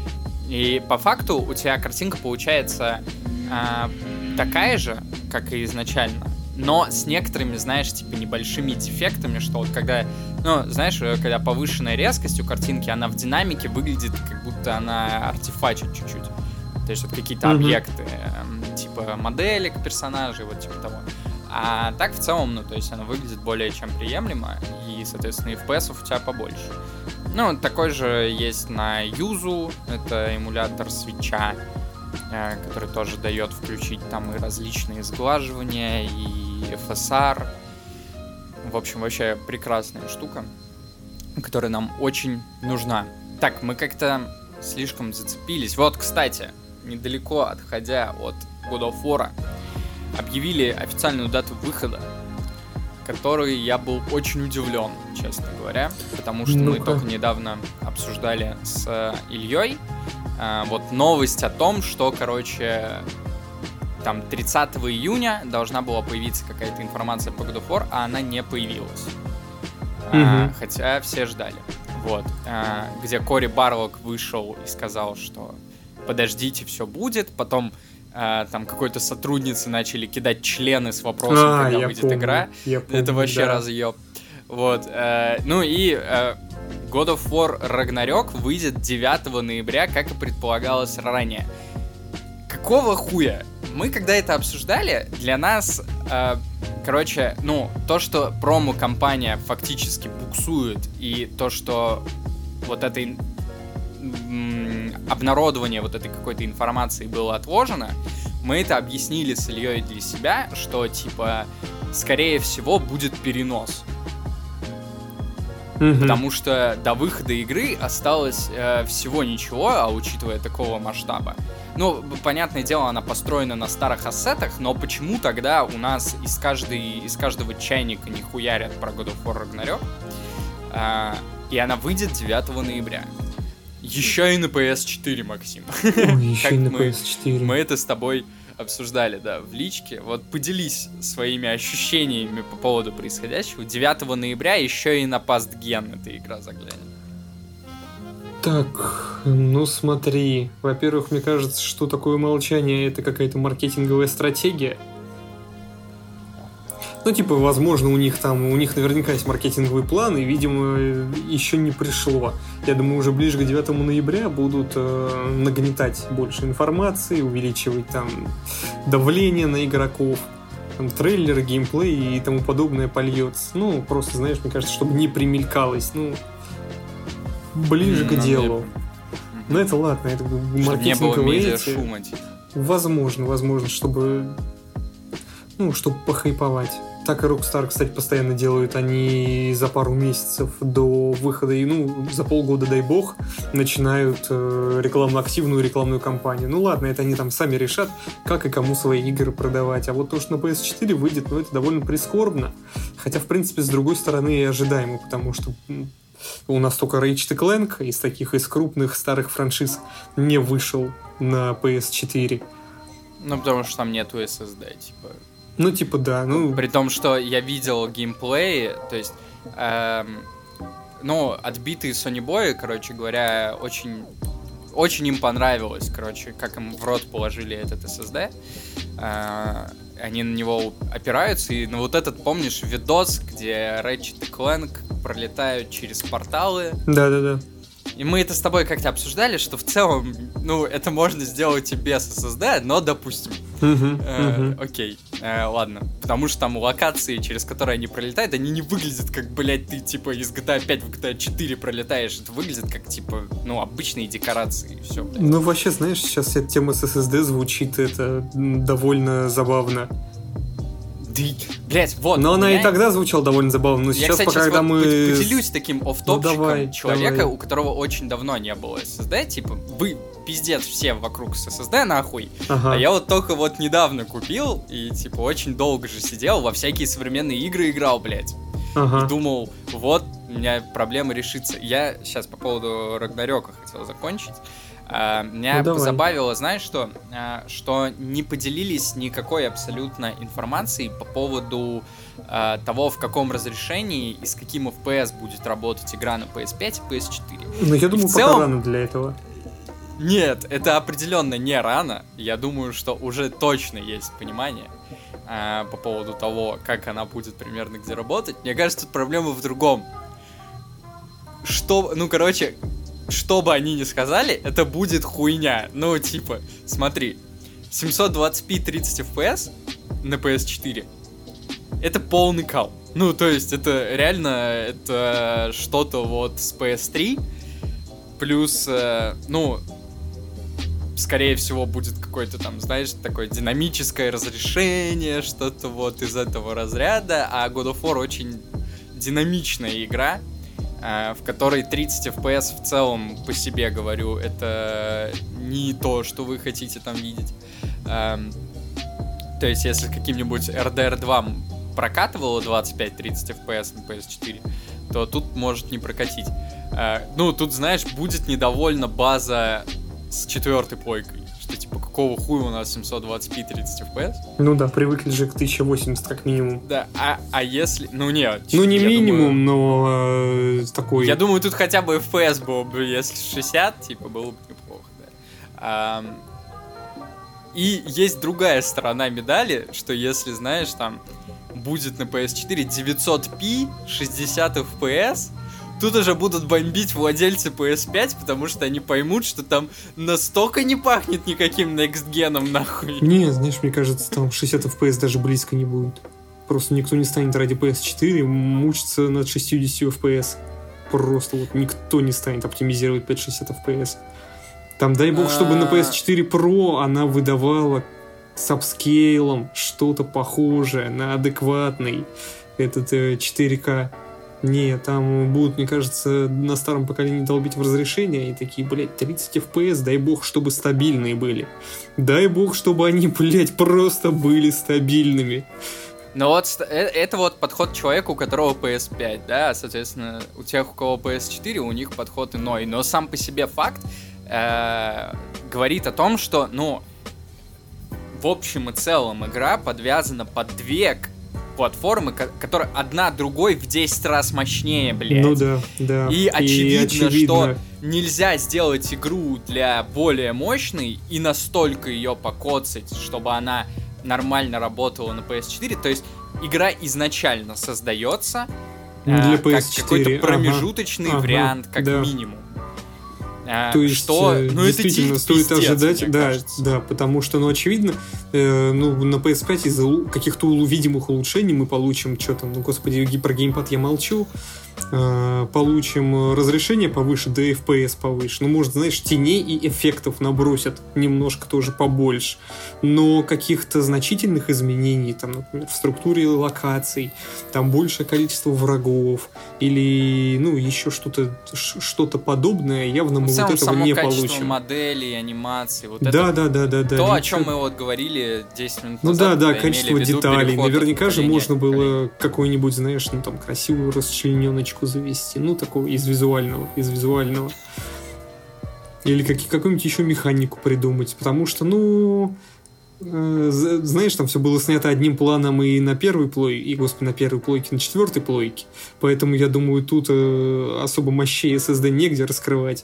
И по факту у тебя картинка получается а, такая же, как и изначально, но с некоторыми, знаешь, типа небольшими дефектами, что вот когда, ну, знаешь, когда повышенная резкость у картинки, она в динамике выглядит, как будто она артефачит чуть-чуть. То есть вот какие-то mm-hmm. объекты, э, типа моделек персонажей, вот типа того. А так в целом, ну, то есть оно выглядит более чем приемлемо, и, соответственно, эф пи эс у тебя побольше. Ну, такой же есть на Юзу, это эмулятор свитча, э, который тоже дает включить там и различные сглаживания, и эф эс ар. В общем, вообще прекрасная штука, которая нам очень нужна. Так, мы как-то слишком зацепились. Вот, кстати, недалеко отходя от God of War, объявили официальную дату выхода, которой я был очень удивлен, честно говоря, потому что ну-ка. мы только недавно обсуждали с Ильей э, вот новость о том, что, короче, там тридцатого июня должна была появиться какая-то информация по God of War, а она не появилась. Mm-hmm. Э, хотя все ждали. Вот. Э, где Кори Барлок вышел и сказал, что подождите, все будет. Потом э, там какой-то сотрудницы начали кидать члены с вопросом, а, когда выйдет помню, игра. Помню, это вообще да. разъеб. Вот. Э, ну и э, God of War Ragnarok выйдет девятого ноября, как и предполагалось ранее. Какого хуя? Мы когда это обсуждали, для нас, э, короче, ну, то, что промо-компания фактически буксует, и то, что вот этой м- обнародование вот этой какой-то информации было отложено, мы это объяснили с Ильей для себя, что, типа, скорее всего, будет перенос. Mm-hmm. Потому что до выхода игры осталось э, всего ничего, а учитывая такого масштаба. Ну, понятное дело, она построена на старых ассетах, но почему тогда у нас из, каждой, из каждого чайника не хуярят про God of War Ragnarok? Э, и она выйдет девятого ноября. Еще и на пи эс четыре, Максим. Ой, еще и на пи эс четыре. Мы это с тобой обсуждали, да, в личке. Вот поделись своими ощущениями по поводу происходящего. девятого ноября еще и на пастген эта игра заглянет. Так, ну смотри. Во-первых, мне кажется, что такое молчание — это какая-то маркетинговая стратегия. Ну, типа, возможно, у них там, у них наверняка есть маркетинговый план, и, видимо, еще не пришло. Я думаю, уже ближе к девятому ноября будут э, нагнетать больше информации, увеличивать там давление на игроков, там, трейлеры, геймплей и тому подобное польется. Ну, просто, знаешь, мне кажется, чтобы не примелькалось, ну, ближе mm, к делу. Но это ладно, это маркетинговые эти. Шума, типа. Возможно, возможно, чтобы... Ну, чтобы похайповать. Так и Rockstar, кстати, постоянно делают. Они за пару месяцев до выхода, и, ну, за полгода, дай бог, начинают э, рекламно, активную рекламную кампанию. Ну ладно, это они там сами решат, как и кому свои игры продавать. А вот то, что на пи эс четыре выйдет, ну, это довольно прискорбно. Хотя, в принципе, с другой стороны и ожидаемо, потому что у нас только Ratchet энд Clank из таких, из крупных старых франшиз не вышел на пи эс четыре. Ну, потому что там нету эс эс ди, типа... Ну, типа, да. Ну... При том, что я видел геймплей, то есть, эм, ну, отбитые Sony Boy, короче говоря, очень, очень им понравилось, короче, как им в рот положили этот эс эс ди. Э, они на него опираются, и ну, вот этот, помнишь, видос, где Ratchet и Clank пролетают через порталы. Да-да-да. И мы это с тобой как-то обсуждали, что в целом, ну, это можно сделать и без эс эс ди, но допустим. Uh-huh, э, uh-huh. Окей, э, ладно. Потому что там локации, через которые они пролетают, они не выглядят как, блядь, ты типа из джи ти эй пять в джи ти эй четыре пролетаешь. Это выглядит как, типа, ну, обычные декорации и все. Ну, вообще, знаешь, сейчас эта тема с эс эс ди звучит, это довольно забавно. Да, блять, вот. Но она меня... и тогда звучала довольно забавно, но я, сейчас, кстати, пока сейчас когда вот мы... поделюсь таким офф-топчиком ну, давай, человека, давай. у которого очень давно не было эс эс ди, типа, вы пиздец все вокруг с эс эс ди нахуй, ага. А я вот только вот недавно купил и, типа, очень долго же сидел, во всякие современные игры играл, блядь. Ага. И думал, вот, у меня проблема решится. Я сейчас по поводу Рагнарёка хотел закончить. Uh, меня ну, позабавило, знаешь что? Uh, что не поделились никакой абсолютно информацией по поводу uh, того, в каком разрешении и с каким эф пи эс будет работать игра на пи эс пять и пи эс четыре. Ну, я думаю, пока целом... рано для этого. Нет, это определенно не рано. Я думаю, что уже точно есть понимание uh, по поводу того, как она будет примерно где работать. Мне кажется, тут проблема в другом. Что, ну, короче... Что бы они ни сказали, это будет хуйня. Ну, типа, смотри, семьсот двадцать пи тридцать эф пи эс на пи эс четыре это полный кал. Ну, то есть, это реально, это что-то вот с пи эс три, плюс, э, ну, скорее всего, будет какое-то там, знаешь, такое динамическое разрешение, что-то вот из этого разряда, а God of War очень динамичная игра, в которой тридцать эф пи эс в целом, по себе говорю, это не то, что вы хотите там видеть. То есть, если каким-нибудь эр ди ар два прокатывало двадцать пять тридцать эф пи эс на пи эс четыре, то тут может не прокатить. Ну, тут, знаешь, будет недовольна база с четвертой плойкой. Что, типа, какого хуя у нас семьсот двадцать пи тридцать эф пи эс? Ну да, привыкли же к тысяча восемьдесят как минимум. Да, а, а если... Ну нет. Ну не минимум, думаю, но э, такой... Я думаю, тут хотя бы эф пи эс был бы, если шестьдесят, типа, было бы неплохо, да. А, и есть другая сторона медали, что если, знаешь, там, будет на пи эс четыре девятьсот пи, шестьдесят эф пи эс, тут уже будут бомбить владельцы пи эс пять, потому что они поймут, что там настолько не пахнет никаким некстгеном, нахуй. Не, знаешь, мне кажется, там шестьдесят эф пи эс даже близко не будет. Просто никто не станет ради пи эс четыре мучиться над шестьдесят эф пи эс. Просто вот никто не станет оптимизировать пятьсот шестьдесят эф пи эс. Там, дай бог, чтобы на пи эс четыре Pro она выдавала с апскейлом что-то похожее на адекватный этот четыре ка. Не, там будут, мне кажется, на старом поколении долбить в разрешение и такие, блядь, тридцать эф пи эс, дай бог, чтобы стабильные были. Дай бог, чтобы они, блядь, просто были стабильными. Ну вот, это вот подход человека, у которого пи эс пять, да, соответственно, у тех, у кого пи эс четыре, у них подход иной. Но сам по себе факт э, говорит о том, что, ну, в общем и целом игра подвязана под две платформы, которые одна другой в десять раз мощнее, блядь. Ну да, да. И очевидно, и очевидно, что нельзя сделать игру для более мощной и настолько ее покоцать, чтобы она нормально работала на пи эс четыре. То есть игра изначально создается для э, пи эс четыре. Как какой-то промежуточный ага, вариант, ага, как да. минимум. А, То есть, что, ну, действительно, это стоит пиздец, ожидать, да, кажется. да, потому что, ну, очевидно, э, ну, на пи эс пять из-за каких-то видимых улучшений мы получим, что там, ну, господи, про геймпад я молчу, э, получим разрешение повыше, да и эф пи эс повыше. Ну, может, знаешь, теней и эффектов набросят немножко тоже побольше, но каких-то значительных изменений, там, например, в структуре локаций, там большее количество врагов или, ну, еще что-то, что-то подобное, явно мы в целом, вот этого само не качество получим. моделей, анимации, вот Да, это, да, да, да, да. то, о лица- чем мы вот говорили десять минут Ну назад. да, да, когда качество имели в виду деталей. переход от Наверняка же поколения можно к поколению. было какую-нибудь, знаешь, ну там красивую расчлененочку завести. Ну, такого из визуального, из визуального. Или как, какую-нибудь еще механику придумать. Потому что, ну, э, з- знаешь, там все было снято одним планом и на первой плойке, и, господи, на первой плойке, на четвертой плойке. Поэтому, я думаю, тут э, особо мощей эс эс ди негде раскрывать.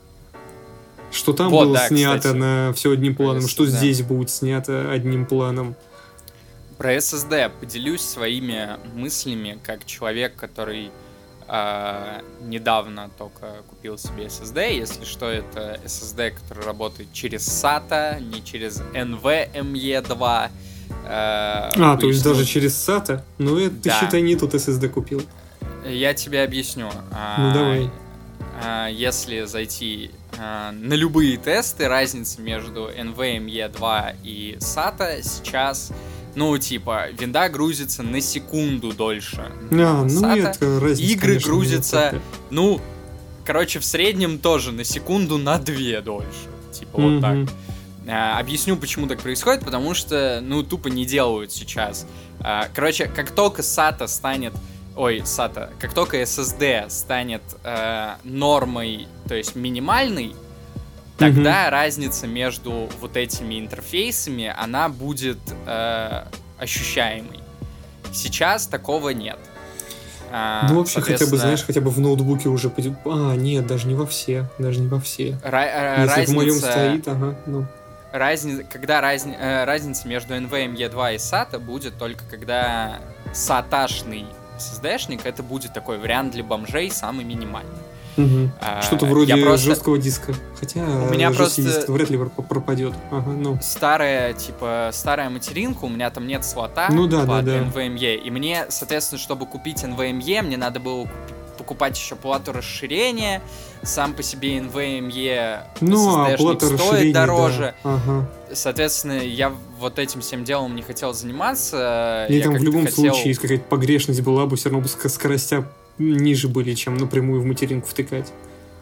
Что там Вот, было да, снято кстати, на все одним про планом, что эс эс ди. здесь будет снято одним планом. Про эс эс ди поделюсь своими мыслями, как человек, который э, недавно только купил себе эс эс ди. Если что, это эс эс ди, который работает через сата, не через эн ви эм и два. Э, А, то есть поясню. даже через сата? Ну, это, ты, Да. считай, не тот эс эс ди купил. Я тебе объясню. А, Ну, давай. а, Если зайти а, на любые тесты, разница между эн ви эм и два и сата сейчас, ну, типа, винда грузится на секунду дольше. А, ну сата. это разница, Игры конечно, грузятся, мелкая. ну, короче, в среднем тоже на секунду, на две дольше. Типа, вот так. Мгм. А, Объясню, почему так происходит, потому что, ну, тупо не делают сейчас. А, Короче, как только сата станет... Ой, сата. Как только эс эс ди станет э, нормой, то есть минимальной, тогда разница между вот этими интерфейсами, она будет э, ощущаемой. Сейчас такого нет. А, Ну, вообще, хотя бы, соответственно, знаешь, хотя бы в ноутбуке уже... пойдет- А, нет, даже не во все. Даже не во все. ра- э, Если в моем разница... стоит, ага, ну. Разни... Когда разни... э, разница между эн ви эм и два и сата будет только когда саташный эс эс ди-шник, это будет такой вариант для бомжей, самый минимальный. Мгм. А, Что-то вроде я просто- жесткого диска. Хотя У меня жесткий просто- диск вряд ли проп- пропадет. Ага, ну. Старая, типа, старая материнка, у меня там нет слота Ну да, под да, да. эн ви эм и, и мне, соответственно, чтобы купить эн ви эм и, мне надо было купи- покупать еще плату расширения, сам по себе эн ви эм и Ну, а эс эс ди-шник плата стоит расширения, дороже. да. Ага. Соответственно, я вот этим всем делом не хотел заниматься. И я там в как-то любом хотел- случае, если какая-то погрешность была бы, все равно бы ск- скоростя ниже были, чем напрямую в материнку втыкать.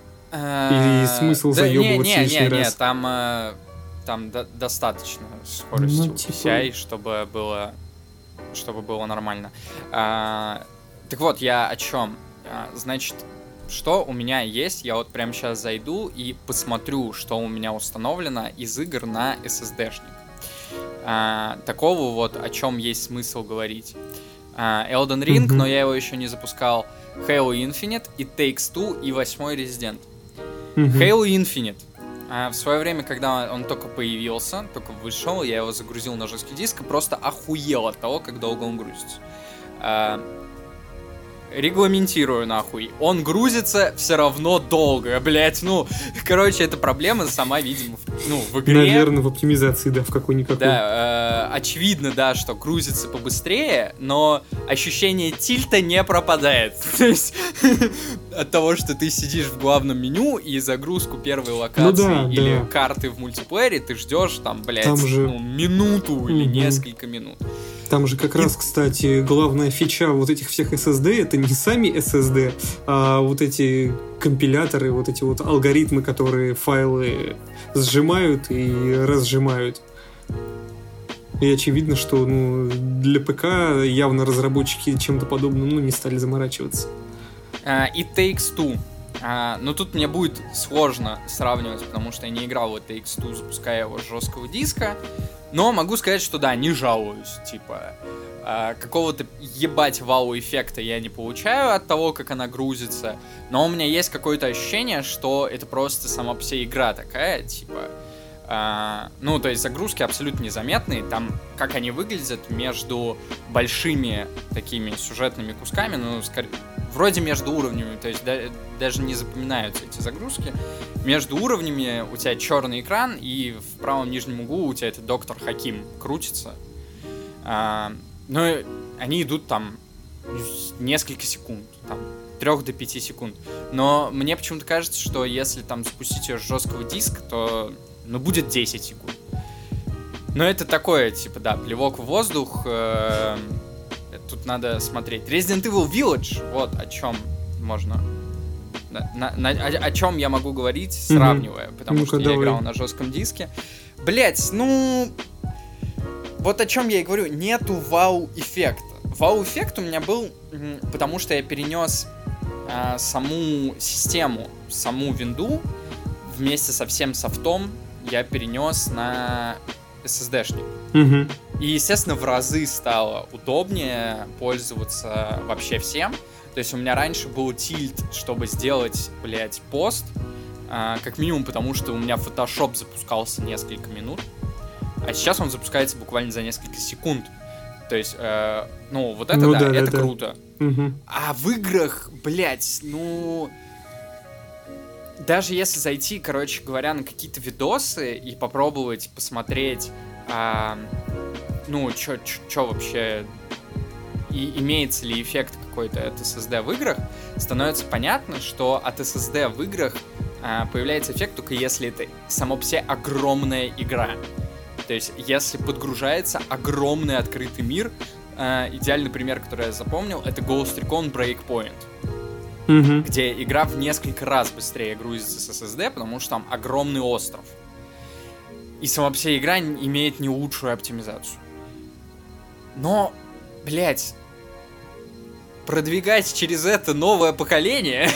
Э, Или смысл да заебываться не, не, лишний не, не, раз? там, э, там до- достаточно скорости Ну, у типа- пи си ай, чтобы было, чтобы было нормально. А, так вот, я о чем? А, значит, что у меня есть, я вот прямо сейчас зайду и посмотрю, что у меня установлено из игр на эс эс ди-шник. А, такого вот, о чем есть смысл говорить. А, Elden Ring, Мгм. но я его еще не запускал. Halo Infinite, и Takes Two, и восьмой Resident. Мгм. Halo Infinite. А, в свое время, когда он только появился, только вышел, я его загрузил на жесткий диск и просто охуел от того, как долго он грузится. А, регламентирую нахуй. Он грузится все равно долго, блять. Ну, короче, эта проблема сама, видимо, в- ну, в игре. Наверное, в оптимизации, да, в какой-никакой. Да, э, очевидно, да, что грузится побыстрее, но ощущение тильта не пропадает. То есть от того, что ты сидишь в главном меню и загрузку первой локации Ну да, или да. карты в мультиплеере ты ждешь там, блядь, Там же- ну, минуту или Мгм. несколько минут. Там же как раз, кстати, главная фича вот этих всех эс эс ди, это не сами эс эс ди, а вот эти компиляторы, вот эти вот алгоритмы, которые файлы сжимают и разжимают. И очевидно, что ну, для ПК явно разработчики чем-то подобным ну, не стали заморачиваться. А, и Takes Two. А, но тут мне будет сложно сравнивать, потому что я не играл в Takes Two, запуская его с жесткого диска. Но могу сказать, что да, не жалуюсь. Типа, а, какого-то ебать вау-эффекта я не получаю от того, как она грузится. Но у меня есть какое-то ощущение, что это просто сама по себе игра такая, типа... А, ну, то есть загрузки абсолютно незаметные. Там, как они выглядят между большими такими сюжетными кусками, ну, скорее, вроде между уровнями, то есть да, даже не запоминаются эти загрузки. Между уровнями у тебя черный экран, и в правом нижнем углу у тебя этот доктор Хаким крутится. А, ну, они идут там несколько секунд, там, трех до пяти секунд. Но мне почему-то кажется, что если там запустить ее с жесткого диска, то ну, будет десять секунд. Но это такое, типа, да, плевок в воздух. Э, тут надо смотреть. Resident Evil Village, вот о чем можно... На, на, на, о, о чем я могу говорить, сравнивая, mm-hmm. потому ну-ка, что давай. Я играл на жестком диске. Блять, ну... Вот о чем я и говорю, нету вау-эффекта. Вау-эффект у меня был, потому что я перенес э, саму систему, саму винду вместе со всем софтом я перенес на эс эс ди-шник. Mm-hmm. И, естественно, в разы стало удобнее пользоваться вообще всем. То есть у меня раньше был тильт, чтобы сделать, блядь, пост, э, как минимум потому, что у меня Photoshop запускался несколько минут, а сейчас он запускается буквально за несколько секунд. То есть, э, ну, вот это, ну, да, да, это да, круто. Да. Угу. А в играх, блядь, ну... Даже если зайти, короче говоря, на какие-то видосы и попробовать посмотреть, э, ну, чё, чё, чё вообще... И имеется ли эффект какой-то от эс эс ди в играх, становится понятно, что от эс эс ди в играх э, появляется эффект только если это само по себе огромная игра. То есть, если подгружается огромный открытый мир, э, идеальный пример, который я запомнил, это Ghost Recon Breakpoint, mm-hmm. где игра в несколько раз быстрее грузится с эс эс ди, потому что там огромный остров. И сама по себе игра имеет не лучшую оптимизацию. Но, блять, продвигать через это новое поколение...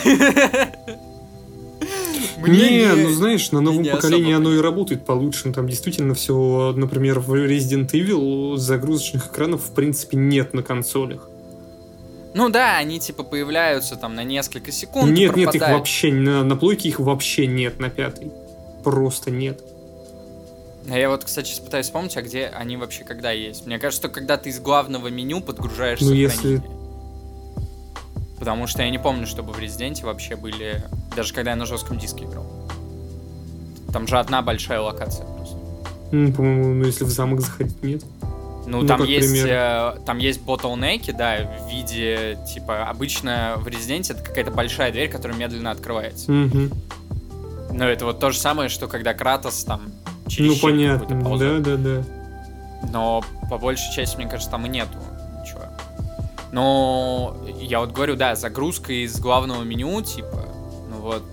Мне не, не, ну знаешь, на новом поколении оно и работает получше. Там действительно все, например, в Resident Evil загрузочных экранов в принципе нет на консолях. Ну да, они типа появляются там на несколько секунд. Нет, нет, их вообще, на, на плойке их вообще нет на пятой. Просто нет. А я вот, кстати, сейчас пытаюсь вспомнить, а где они вообще когда есть. Мне кажется, что когда ты из главного меню подгружаешь ну, сохранение. Если... Потому что я не помню, чтобы в Резиденте вообще были... Даже когда я на жестком диске играл. Там же одна большая локация просто. Ну, по-моему, ну если в замок заходить, нет. Ну, ну там есть э, там есть ботлнеки, да, в виде, типа, обычно в Резиденте это какая-то большая дверь, которая медленно открывается. Mm-hmm. Но это вот то же самое, что когда Кратос там через ну, понятно, да-да-да. Но по большей части, мне кажется, там и нету ничего. Но я вот говорю, да, загрузка из главного меню, типа, ну вот.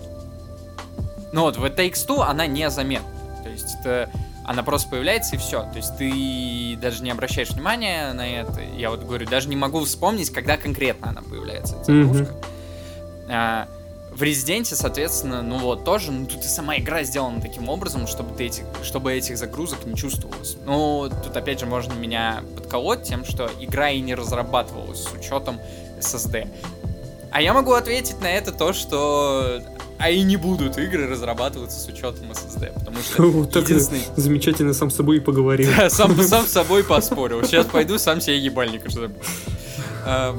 Ну вот, в It Takes Two она незаметна. То есть это... Она просто появляется и все. То есть ты даже не обращаешь внимания на это. Я вот говорю, даже не могу вспомнить, когда конкретно она появляется, эта загрузка. Mm-hmm. А, в Резиденте, соответственно, ну вот тоже, ну тут и сама игра сделана таким образом, чтобы, ты этих, чтобы этих загрузок не чувствовалось. Ну, тут опять же можно меня подколоть тем, что игра и не разрабатывалась с учетом эс эс ди. А я могу ответить на это то, что... А и не будут игры разрабатываться с учетом эс эс ди, потому что вот единственный... Замечательно сам с собой и поговорил. Да, сам, сам с собой поспорил. Сейчас пойду сам себе ебальник уже. А,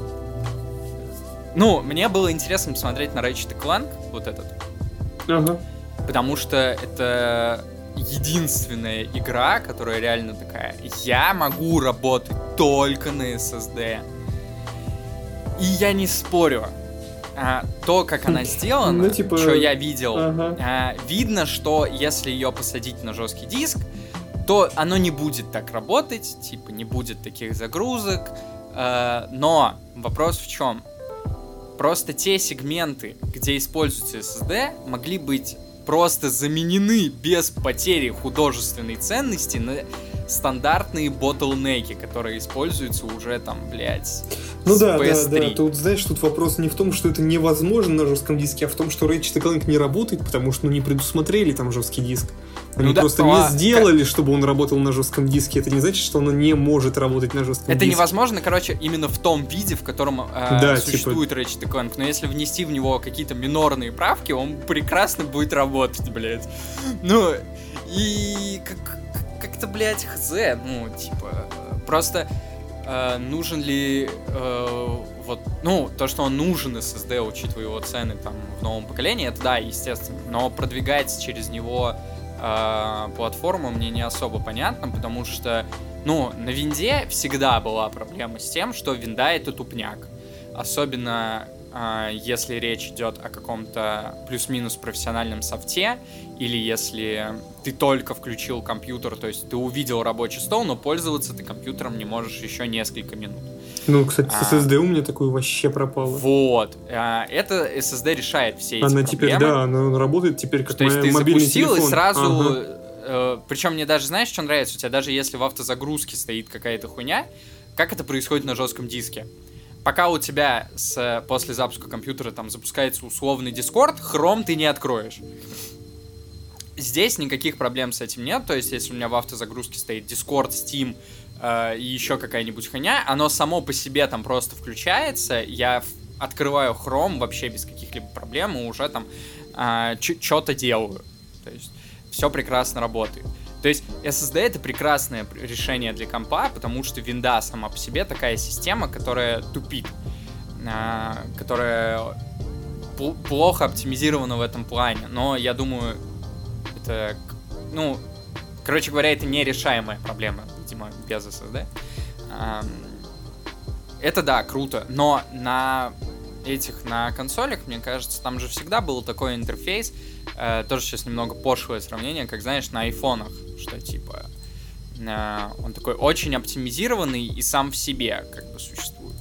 ну, мне было интересно посмотреть на Ratchet энд Clank, вот этот. Ага. Потому что это единственная игра, которая реально такая. Я могу работать только на эс эс ди. И я не спорю. А, то, как она сделана, ну, типа... что я видел, ага. а, видно, что если ее посадить на жесткий диск, то оно не будет так работать, типа не будет таких загрузок. А, но вопрос в чем? Просто те сегменты, где используется эс эс ди, могли быть просто заменены без потери художественной ценности на стандартные ботлнеки, которые используются уже там, блядь, ну да, да, да. Тут, знаешь, тут вопрос не в том, что это невозможно на жестком диске, а в том, что Ratchet энд Clank не работает, потому что ну, не предусмотрели там жесткий диск. Они ну, просто да, не а, сделали, как... чтобы он работал на жестком диске. Это не значит, что он не может работать на жестком это диске. Это невозможно, короче, именно в том виде, в котором э, да, существует типа... Ratchet энд Clank. Но если внести в него какие-то минорные правки, он прекрасно будет работать, блядь. Ну, И как, как-то, блядь, хз, ну, типа, просто э, нужен ли, э, вот, ну, то, что он нужен эс эс ди, учитывая его цены там в новом поколении, это да, естественно, но продвигать через него э, платформу мне не особо понятно, потому что, ну, на винде всегда была проблема с тем, что винда — это тупняк, особенно если речь идет о каком-то плюс-минус профессиональном софте, или если ты только включил компьютер, то есть ты увидел рабочий стол, но пользоваться ты компьютером не можешь еще несколько минут. Ну, кстати, с эс эс ди у меня такое вообще пропало. Вот. Это эс эс ди решает все эти она проблемы. Теперь, да, она работает теперь как то есть ты мобильный запустил телефон. И сразу... Ага. Э, причем мне даже, знаешь, что нравится? У тебя даже если в автозагрузке стоит какая-то хуйня, как это происходит на жестком диске? Пока у тебя с, после запуска компьютера там запускается условный Discord, Chrome ты не откроешь. Здесь никаких проблем с этим нет, то есть если у меня в автозагрузке стоит Discord, Steam э, и еще какая-нибудь хуйня, оно само по себе там просто включается, я в- открываю Chrome вообще без каких-либо проблем и уже там э, что-то делаю. То есть все прекрасно работает. То есть эс эс ди это прекрасное решение для компа, потому что винда сама по себе такая система, которая тупит, э, которая пл- плохо оптимизирована в этом плане. Но я думаю, это, ну, короче говоря, это нерешаемая проблема, видимо, без эс эс ди. Э, это да, круто, но на этих, на консолях, мне кажется, там же всегда был такой интерфейс, э, тоже сейчас немного пошлое сравнение, как, знаешь, на айфонах, что типа э, он такой очень оптимизированный и сам в себе как бы существует.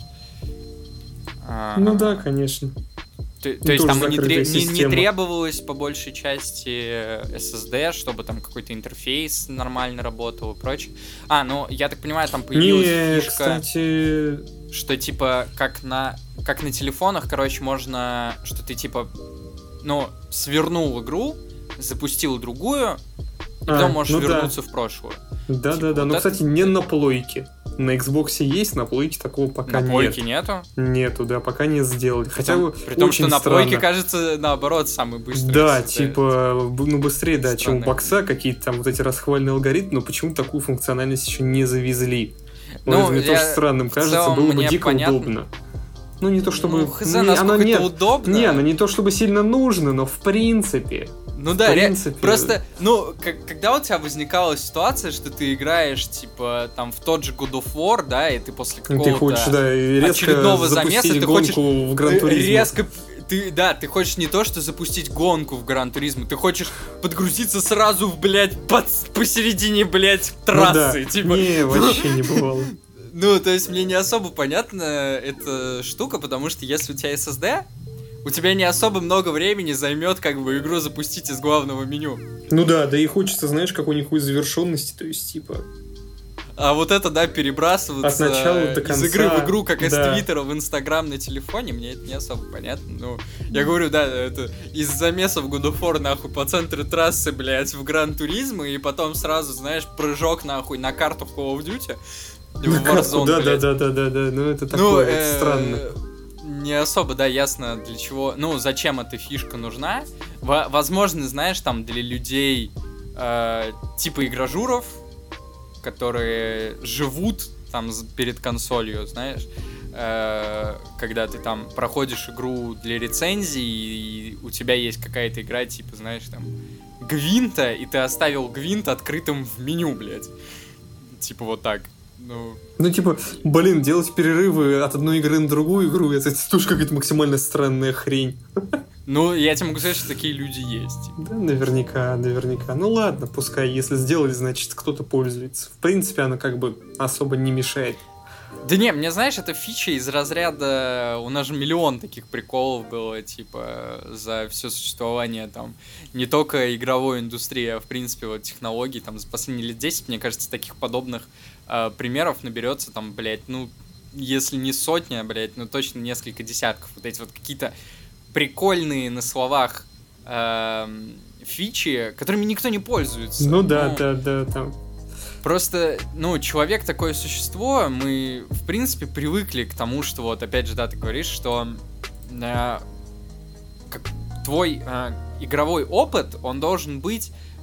Э, ну да, конечно. То, то есть там не, тре- не, не требовалось по большей части эс эс ди, чтобы там какой-то интерфейс нормально работал и прочее. А, ну, я так понимаю, там появилась не, фишка, кстати... что типа как на, как на телефонах, короче, можно, что ты типа, ну, свернул игру, запустил другую, и потом а, можешь ну вернуться да. в прошлую. Да-да-да, типа, да, вот но, это... кстати, не на плойке. На Xbox есть, на плойке такого пока на нет. На плойке нету? Нету, да, пока не сделали. Хотя при, при том, очень что на странно. плойке, кажется, наоборот, самый быстрый. Да, эс эс ди. типа, ну быстрее, да, Странно. чем у бокса, какие-то там вот эти расхваленные алгоритмы, но почему такую функциональность еще не завезли? Ну, вот это мне тоже странным кажется, было бы дико понятно. удобно. Ну, не то чтобы... Ну, хз, насколько не, это удобно. Не, оно не то чтобы сильно нужно, но в принципе... Ну да, принципе... просто, ну, как, когда у тебя возникала ситуация, что ты играешь, типа, там, в тот же God of War, да, и ты после какого-то ты хочешь, да, резко очередного замеса, ты хочешь в Гран-туризмо. резко... Ты, да, ты хочешь не то, что запустить гонку в Гран-туризмо, ты хочешь подгрузиться сразу в, блядь, под, посередине, блядь, трассы. Ну да. Типа. Не, вообще не бывало. Ну, то есть мне не особо понятна эта штука, потому что если у тебя эс эс ди, у тебя не особо много времени займет, как бы, игру запустить из главного меню. Ну да, да и хочется, знаешь, какой-нибудь завершенности, то есть, типа... А вот это, да, перебрасываться от начала до конца, из игры в игру, как да. из Твиттера в Инстаграм на телефоне, мне это не особо понятно. Ну, я говорю, да, это из замесов God of War, нахуй, по центру трассы, блядь, в Гран-туризмо, и потом сразу, знаешь, прыжок, нахуй, на карту в Call of Duty. На карту, да, да, да, да, да, да, ну это такое, ну, это э- странно. Не особо, да, ясно для чего, ну, зачем эта фишка нужна. В- возможно, знаешь, там, для людей э- типа игражуров, которые живут там перед консолью, знаешь, э, когда ты там проходишь игру для рецензии, и у тебя есть какая-то игра, типа, знаешь, там, Гвинта, и ты оставил Гвинт открытым в меню, блядь. Типа вот так. Ну... ну, типа, блин, делать перерывы от одной игры на другую игру, это, это тоже какая-то максимально странная хрень. Ну, я тебе могу сказать, что такие люди есть. Да, наверняка, наверняка. Ну ладно, пускай, если сделали, значит, кто-то пользуется. В принципе, она как бы особо не мешает. Да не, мне, знаешь, это фича из разряда... У нас же миллион таких приколов было, типа, за все существование, там, не только игровой индустрии, а, в принципе, вот, технологий, там, за последние лет десять, мне кажется, таких подобных э, примеров наберется, там, блядь, ну, если не сотня, блядь, ну, точно несколько десятков. Вот эти вот какие-то прикольные на словах э, фичи, которыми никто не пользуется. Ну, да, ну, да, да, там... Просто, ну, человек такое существо, мы, в принципе, привыкли к тому, что вот, опять же, да, ты говоришь, что э, как, твой э, игровой опыт, он должен быть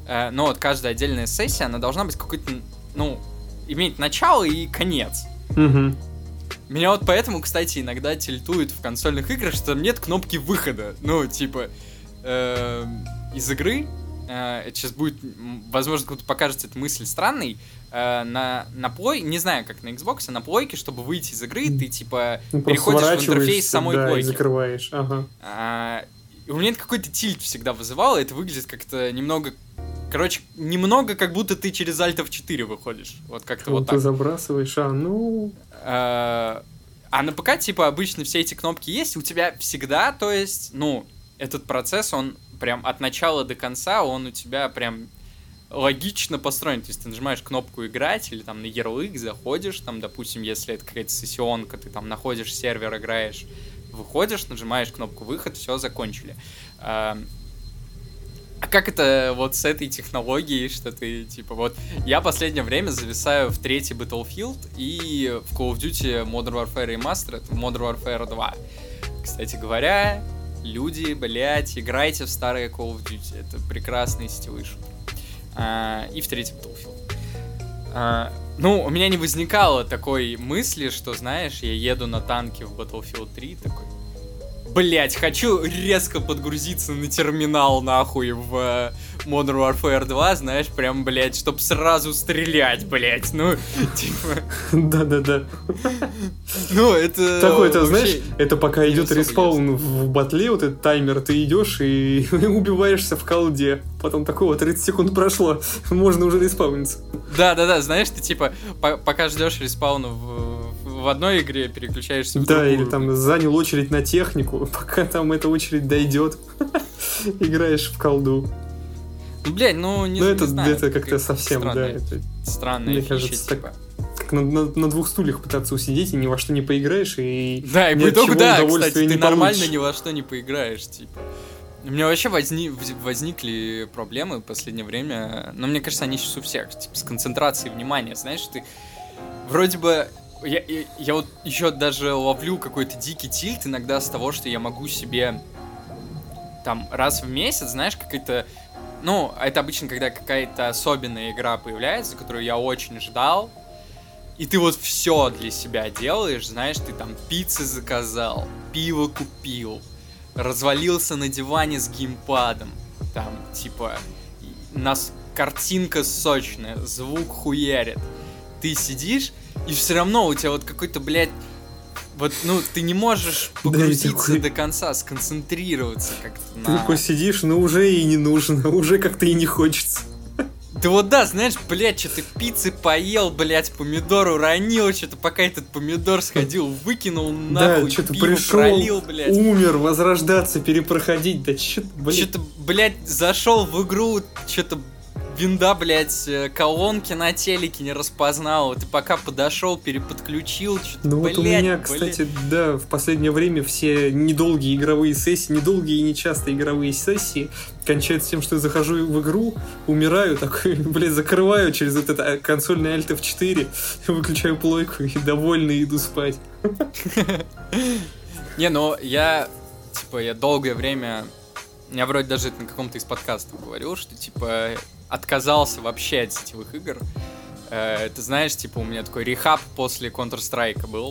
э, но вот каждая отдельная сессия, она должна быть какой-то, ну, иметь начало и конец. Угу. Меня вот поэтому, кстати, иногда тильтует в консольных играх, что там нет кнопки выхода. Ну, типа, э, из игры, э, это сейчас будет, возможно, кому-то покажется эта мысль странной, э, на, на плой, не знаю, как на Xbox, а на плойке, чтобы выйти из игры, ты, типа, ну, переходишь в интерфейс самой да, плойки. И закрываешь, ага. А, и у меня это какой-то тильт всегда вызывало, это выглядит как-то немного... Короче, немного как будто ты через Alt эф четыре выходишь. Вот как-то вот, вот так. Ты забрасываешь, а, ну... А, а на ПК, типа, обычно все эти кнопки есть, у тебя всегда, то есть, ну, этот процесс, он прям от начала до конца, он у тебя прям логично построен. То есть ты нажимаешь кнопку «Играть» или там на ярлык заходишь, там, допустим, если это какая-то сессионка, ты там находишь сервер, играешь, выходишь, нажимаешь кнопку «Выход», все, закончили. А, А как это вот с этой технологией, что ты, типа, вот... Я последнее время зависаю в третий Battlefield и в Call of Duty Modern Warfare Remastered, в Modern Warfare два. Кстати говоря, люди, блять, играйте в старые Call of Duty. Это прекрасные сетевые шутеры. А, и в третий Battlefield. А, ну, у меня не возникало такой мысли, что, знаешь, я еду на танке в Battlefield три, такой... Блять, хочу резко подгрузиться на терминал, нахуй, в uh, Modern Warfare два, знаешь, прям, блять, чтоб сразу стрелять, блять, ну, типа... Да-да-да. Ну, это... Такой, это, знаешь, это пока идет респаун в батле, вот этот таймер, ты идешь и убиваешься в колде. Потом такое, вот тридцать секунд прошло, можно уже респауниться. Да-да-да, знаешь, ты, типа, пока ждешь респауна в... в одной игре, переключаешься в да, другую. Да, или там занял очередь на технику, пока там эта очередь дойдет, играешь в колду. Ну, блядь, ну, не, ну, не это, знаю. Это как-то совсем, странная, да. Это, странная мне фича, кажется, типа. Так, как на, на, на двух стульях пытаться усидеть и ни во что не поиграешь, и да, и по итогу, да, кстати, ты не нормально получишь. ни во что не поиграешь, типа. У меня вообще возни... возникли проблемы в последнее время, но мне кажется, они сейчас у всех, типа, с концентрацией внимания, знаешь, ты вроде бы... Я, я, я вот еще даже ловлю какой-то дикий тильт иногда с того, что я могу себе там раз в месяц, знаешь, какая-то... Ну, это обычно, когда какая-то особенная игра появляется, которую я очень ждал, и ты вот все для себя делаешь, знаешь, ты там пиццы заказал, пиво купил, развалился на диване с геймпадом, там, типа, нас картинка сочная, звук хуярит, ты сидишь, и все равно у тебя вот какой-то, блядь, вот, ну, ты не можешь погрузиться да, такой... до конца, сконцентрироваться как-то на... Ты такой сидишь, но уже и не нужно, уже как-то и не хочется. Да вот да, знаешь, блядь, что-то пиццы поел, блядь, помидор уронил, что-то пока этот помидор сходил, выкинул, нахуй, да, что-то пиво пришел, пролил, блядь. Умер, возрождаться, перепроходить, да что-то, блядь. Что-то, блядь, зашел в игру, что-то... Винда, блядь, колонки на телеке не распознал. Ты пока подошел, переподключил. Ну блядь, вот у меня, блядь. кстати, да, в последнее время все недолгие игровые сессии, недолгие и нечастые игровые сессии кончаются тем, что я захожу в игру, умираю, такой, блядь, закрываю через вот это консольный Alt эф четыре, выключаю плойку и довольный иду спать. Не, ну я, типа, я долгое время, я вроде даже это на каком-то из подкастов говорил, что, типа, отказался вообще от сетевых игр. Э, ты знаешь, типа, у меня такой рехаб после Counter-Strike был,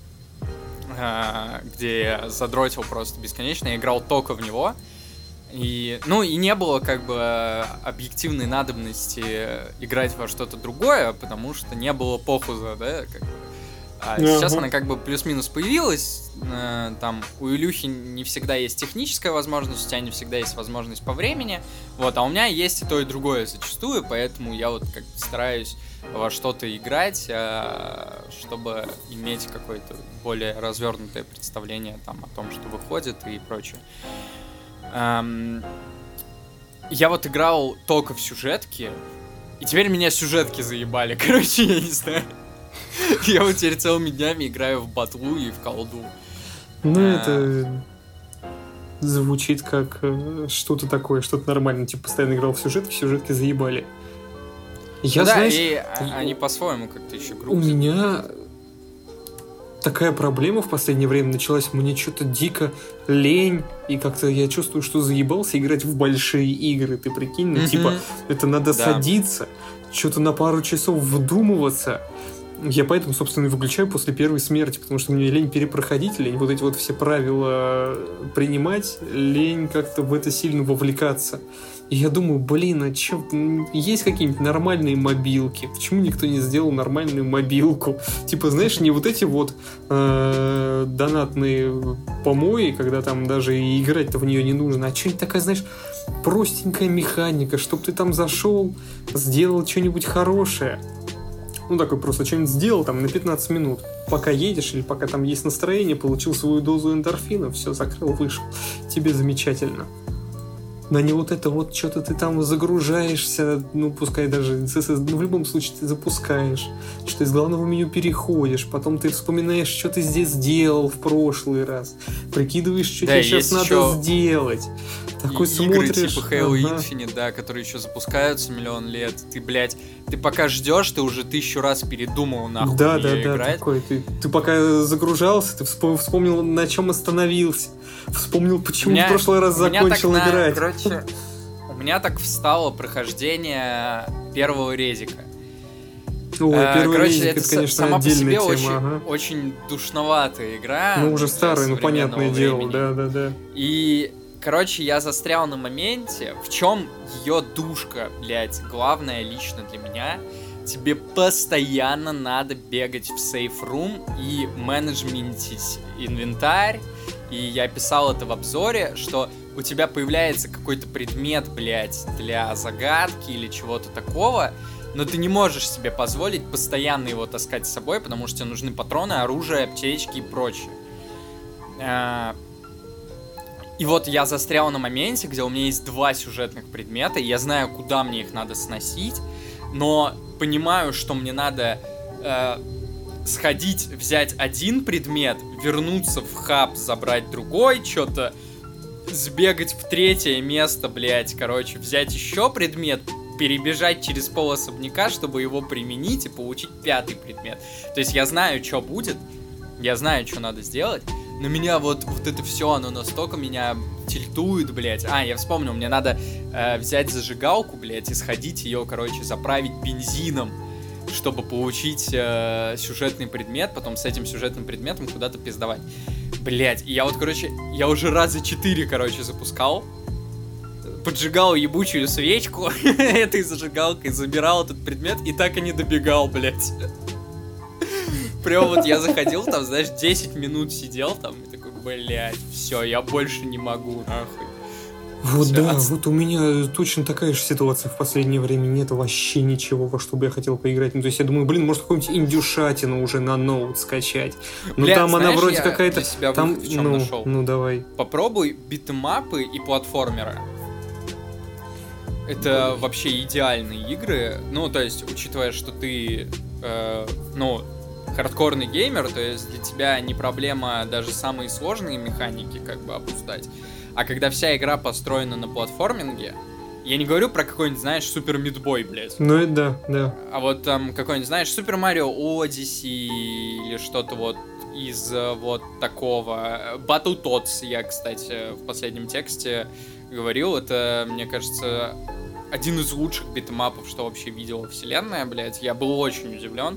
э, где я задротил просто бесконечно, я играл только в него. И, ну, и не было, как бы, объективной надобности играть во что-то другое, потому что не было похуза, да, как бы. А uh-huh. сейчас она как бы плюс-минус появилась, э, там у Илюхи не всегда есть техническая возможность, у тебя не всегда есть возможность по времени, вот, а у меня есть и то, и другое зачастую, поэтому я вот как стараюсь во что-то играть, э, чтобы иметь какое-то более развернутое представление там о том, что выходит и прочее. Эм, я вот играл только в сюжетки, и теперь меня сюжетки заебали, короче, я не знаю. Я вот теперь целыми днями играю в батлу и в колду. Ну, а... это звучит как что-то такое, что-то нормальное. Типа, постоянно играл в сюжетки, сюжетки заебали. Я, ну, знаешь, да, и они по-своему как-то еще грустят. У меня... такая проблема в последнее время началась. Мне что-то дико лень, и как-то я чувствую, что заебался играть в большие игры. Ты прикинь, ну, mm-hmm. типа, это надо да. садиться, что-то на пару часов вдумываться. Я поэтому, собственно, и выключаю после первой смерти, потому что мне лень перепроходить, лень вот эти вот все правила принимать, лень как-то в это сильно вовлекаться. И я думаю, блин, а чё, есть какие-нибудь нормальные мобилки? Почему никто не сделал нормальную мобилку? Типа, знаешь, не вот эти вот э, донатные помои, когда там даже и играть-то в нее не нужно, а что-нибудь такая, знаешь, простенькая механика, чтобы ты там зашел, сделал что-нибудь хорошее. Ну, такой просто что-нибудь сделал там на пятнадцать минут. Пока едешь или пока там есть настроение, получил свою дозу эндорфина, все, закрыл, вышел. Тебе замечательно. На не вот это вот что-то ты там загружаешься, ну, пускай даже, ну, в любом случае ты запускаешь, что из главного меню переходишь, потом ты вспоминаешь, что ты здесь сделал в прошлый раз, прикидываешь, что да, тебе сейчас надо сделать. Такой игры смотришь, типа Halo ага. Infinite, да, которые еще запускаются миллион лет, ты, блядь, ты пока ждешь, ты уже тысячу раз передумал, нахуй, да, да, играть. Да, такой, ты, ты пока загружался, ты вспомнил, на чем остановился, вспомнил, почему меня, в прошлый раз закончил на, играть. Короче, у меня так встало прохождение первого резика. Ой, первый короче, резик, это, это, конечно, сама по себе тема, очень, ага. очень душноватая игра. Ну, уже старая, ну, понятное времени. дело, да-да-да. И... Короче, я застрял на моменте, в чем ее душка, блядь, главное лично для меня. Тебе постоянно надо бегать в сейф-рум и менеджментить инвентарь. И я писал это в обзоре, что у тебя появляется какой-то предмет, блядь, для загадки или чего-то такого, но ты не можешь себе позволить постоянно его таскать с собой, потому что тебе нужны патроны, оружие, аптечки и прочее. И вот я застрял на моменте, где у меня есть два сюжетных предмета, и я знаю, куда мне их надо сносить, но понимаю, что мне надо э, сходить, взять один предмет, вернуться в хаб, забрать другой, что-то сбегать в третье место, блядь, короче, взять еще предмет, перебежать через пол особняка, чтобы его применить и получить пятый предмет. То есть я знаю, что будет, я знаю, что надо сделать, но меня вот, вот это все, оно настолько меня тильтует, блядь. А, я вспомнил, мне надо э, взять зажигалку, блядь, и сходить ее, короче, заправить бензином, чтобы получить э, сюжетный предмет, потом с этим сюжетным предметом куда-то пиздовать. Блядь, и я вот, короче, я уже раза четыре, короче, запускал, поджигал ебучую свечку этой зажигалкой, забирал этот предмет и так и не добегал, блядь. Прям вот я заходил там, знаешь, десять минут сидел там и такой, блядь, все, я больше не могу, нахуй. Вот все, да, от... вот у меня точно такая же ситуация в последнее время. Нет вообще ничего, во что бы я хотел поиграть. Ну, то есть я думаю, блин, может какую-нибудь индюшатину уже на ноут скачать. Ну там знаешь, она вроде какая-то... для себя там... в чем ну, нашел. Ну давай. Попробуй битэмапы и платформеры. Это Ой. вообще идеальные игры. Ну, то есть, учитывая, что ты, э, ну... хардкорный геймер, то есть для тебя не проблема даже самые сложные механики как бы обуздать. А когда вся игра построена на платформинге, я не говорю про какой-нибудь, знаешь, Супер Мидбой, блядь. Ну это да, да. А вот там какой-нибудь, знаешь, Супер Марио Одиссе или что-то вот из вот такого. Battletoads, я, кстати, в последнем тексте говорил, это, мне кажется, один из лучших битэмапов, что вообще видела вселенная, блядь. Я был очень удивлен.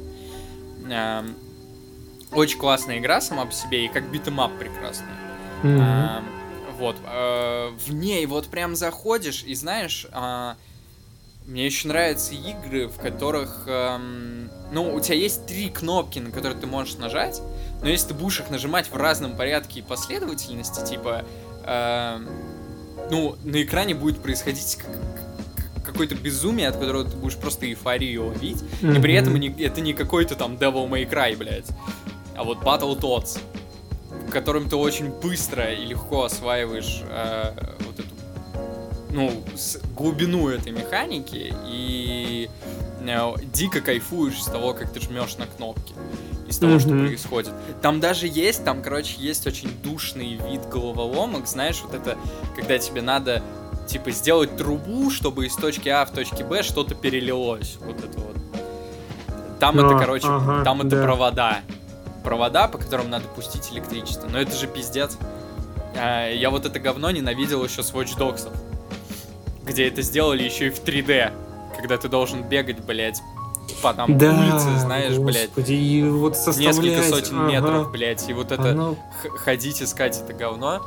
Очень классная игра сама по себе, и как битэмап прекрасная. Mm-hmm. А, вот. А, в ней вот прям заходишь, и знаешь, а, мне еще нравятся игры, в которых, а, ну, у тебя есть три кнопки, на которые ты можешь нажать, но если ты будешь их нажимать в разном порядке и последовательности, типа, а, ну, на экране будет происходить как какое-то безумие, от которого ты будешь просто эйфорию ловить, mm-hmm. и при этом не, это не какой-то там Devil May Cry, блядь, а вот Battletoads, в котором ты очень быстро и легко осваиваешь э, вот эту, ну, с, глубину этой механики и э, дико кайфуешь с того, как ты жмешь на кнопки, из того, mm-hmm. что происходит. Там даже есть, там, короче, есть очень душный вид головоломок, знаешь, вот это, когда тебе надо типа сделать трубу, чтобы из точки А в точке Б что-то перелилось. Вот это вот. Там а, это, короче, ага, там это да. провода. провода, по которым надо пустить электричество. Но это же пиздец. А, я вот это говно ненавидел еще с Watch Dogs, где это сделали еще и в три дэ, когда ты должен бегать, блядь, по там да, улице, знаешь, господи, блядь, и вот несколько сотен ага. метров, блядь, и вот это Оно... х- ходить, искать это говно.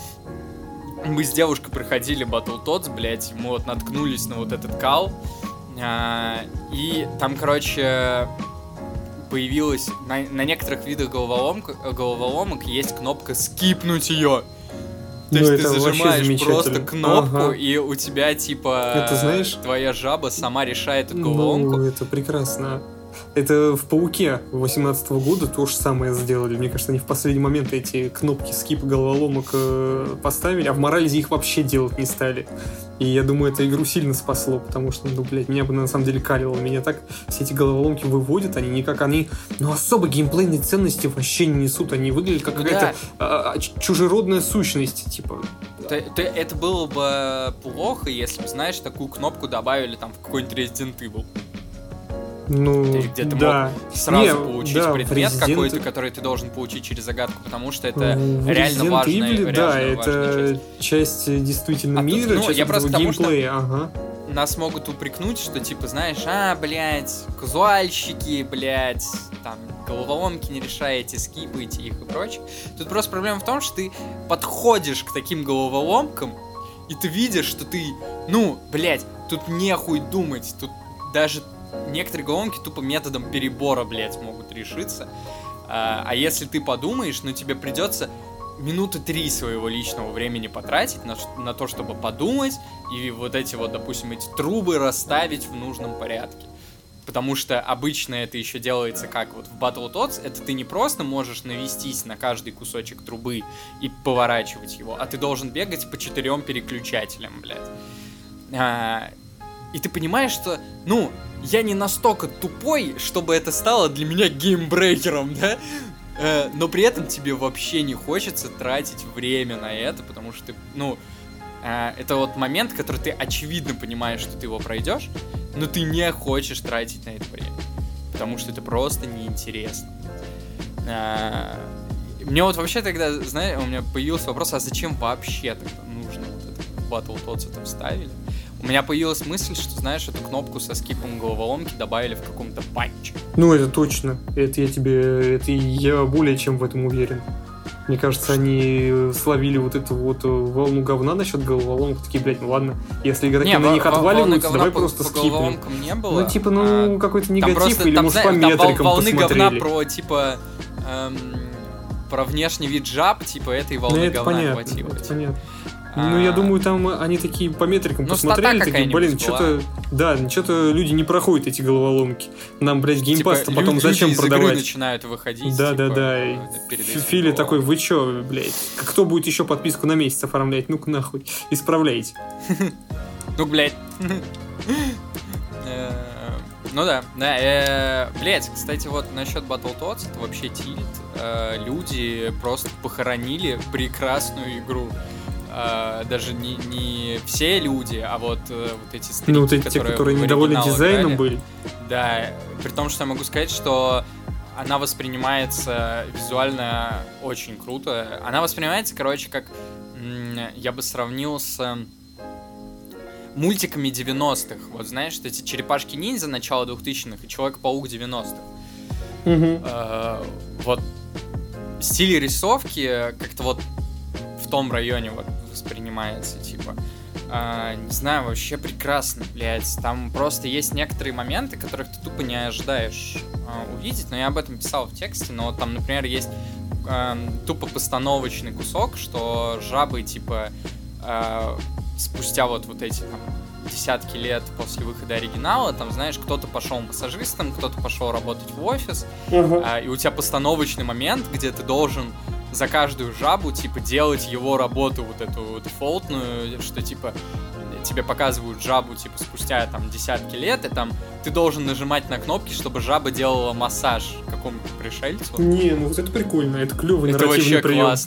Мы с девушкой проходили Battletoads, блядь, мы вот наткнулись на вот этот кал, а, и там, короче, появилась на, на некоторых видах головоломок, головоломок есть кнопка «скипнуть ее». То ну, есть ты зажимаешь просто кнопку, ага. и у тебя, типа, это, знаешь, твоя жаба сама решает эту головоломку. Ну, это прекрасно. Это в «Пауке» восемнадцатого года то же самое сделали. Мне кажется, они в последний момент эти кнопки скип головоломок э, поставили, а в Морализе их вообще делать не стали. И я думаю, это игру сильно спасло, потому что, ну, блядь, меня бы на самом деле калило. Меня так все эти головоломки выводят, они никак, они, ну, особо геймплейной ценности вообще не несут. Они выглядят как какая-то да. а, чужеродная сущность, типа... Это, это, это было бы плохо, если бы, знаешь, такую кнопку добавили там в какой-нибудь Resident Evil. Ну, где ты да. мог сразу Не, получить да, предмет Resident... какой-то, который ты должен получить через загадку, потому что это в реально Resident важная, Evil, реально да, важная это часть. часть действительно а мира, тут, ну, часть я просто геймплея, ага. Нас могут упрекнуть, что типа, знаешь, а, блядь, казуальщики, блядь, там, головоломки не решаете, скипаете их и прочее. Тут просто проблема в том, что ты подходишь к таким головоломкам, и ты видишь, что ты, ну, блядь, тут нехуй думать, тут даже некоторые головоломки тупо методом перебора, блядь, могут решиться. А, а если ты подумаешь, ну, тебе придется минуты три своего личного времени потратить на, на то, чтобы подумать, и вот эти вот, допустим, эти трубы расставить в нужном порядке. Потому что обычно это еще делается как вот в Battletoads, это ты не просто можешь навестись на каждый кусочек трубы и поворачивать его, а ты должен бегать по четырем переключателям, блядь. А, и ты понимаешь, что, ну, я не настолько тупой, чтобы это стало для меня геймбрейкером, да? Э, но при этом тебе вообще не хочется тратить время на это, потому что ты, ну, э, это вот момент, который ты очевидно понимаешь, что ты его пройдешь, но ты не хочешь тратить на это время, потому что это просто неинтересно. Э, мне вот вообще тогда, знаешь, у меня появился вопрос, а зачем вообще тогда нужно вот это в Battletoads это вставили? У меня появилась мысль, что, знаешь, эту кнопку со скипом головоломки добавили в каком-то патче. Ну, это точно. Это я тебе... Это я более чем в этом уверен. Мне кажется, они словили вот эту вот волну говна насчет головоломок. Такие, блядь, ну ладно. Если игроки не, на них отваливаются, давай по, просто по скипнем. Головоломкам не было. Ну, типа, ну, а, какой-то негатив просто, или, там, может, знаешь, по метрикам там волны посмотрели. Говна про, типа... Эм, про внешний вид жаб, типа, этой волны ну, это говна понятно, хватило. Это типа. понятно. Ну, я думаю, там они такие по метрикам ну, посмотрели, такие, блин, что-то... Да, что-то люди не проходят эти головоломки. Нам, блядь, геймпас-то типа, потом люди зачем из продавать? Игры начинают выходить. Да, типа, да, да. Филя такой, вы чё, блядь? Кто будет еще подписку на месяц оформлять? Ну-ка нахуй, исправляйте. Ну, блядь. Ну да, да, блять, кстати, вот насчет Battletoads, это вообще тильт. Люди просто похоронили прекрасную игру. Uh, даже не, не все люди, а вот, uh, вот эти старики, ну, вот эти, которые, те, которые недовольны дизайном играли, были. Да, при том, что я могу сказать, что она воспринимается визуально очень круто. Она воспринимается, короче, как я бы сравнил с мультиками девяностых. Вот знаешь, что эти черепашки-ниндзя начала двухтысячных и Человек-паук девяностых. Mm-hmm. Uh, вот стиль рисовки как-то вот в том районе вот воспринимается, типа, э, не знаю, вообще прекрасно, блядь, там просто есть некоторые моменты, которых ты тупо не ожидаешь э, увидеть, но я об этом писал в тексте, но вот там, например, есть э, тупо постановочный кусок, что жабы, типа, э, спустя вот, вот эти, там, десятки лет после выхода оригинала, там, знаешь, кто-то пошел массажистом, кто-то пошел работать в офис, uh-huh. э, и у тебя постановочный момент, где ты должен за каждую жабу, типа, делать его работу вот эту дефолтную, что, типа, тебе показывают жабу, типа, спустя, там, десятки лет, и там ты должен нажимать на кнопки, чтобы жаба делала массаж какому-то пришельцу. Не, ну вот это прикольно, это клевый это нарративный прием. Это вообще классно.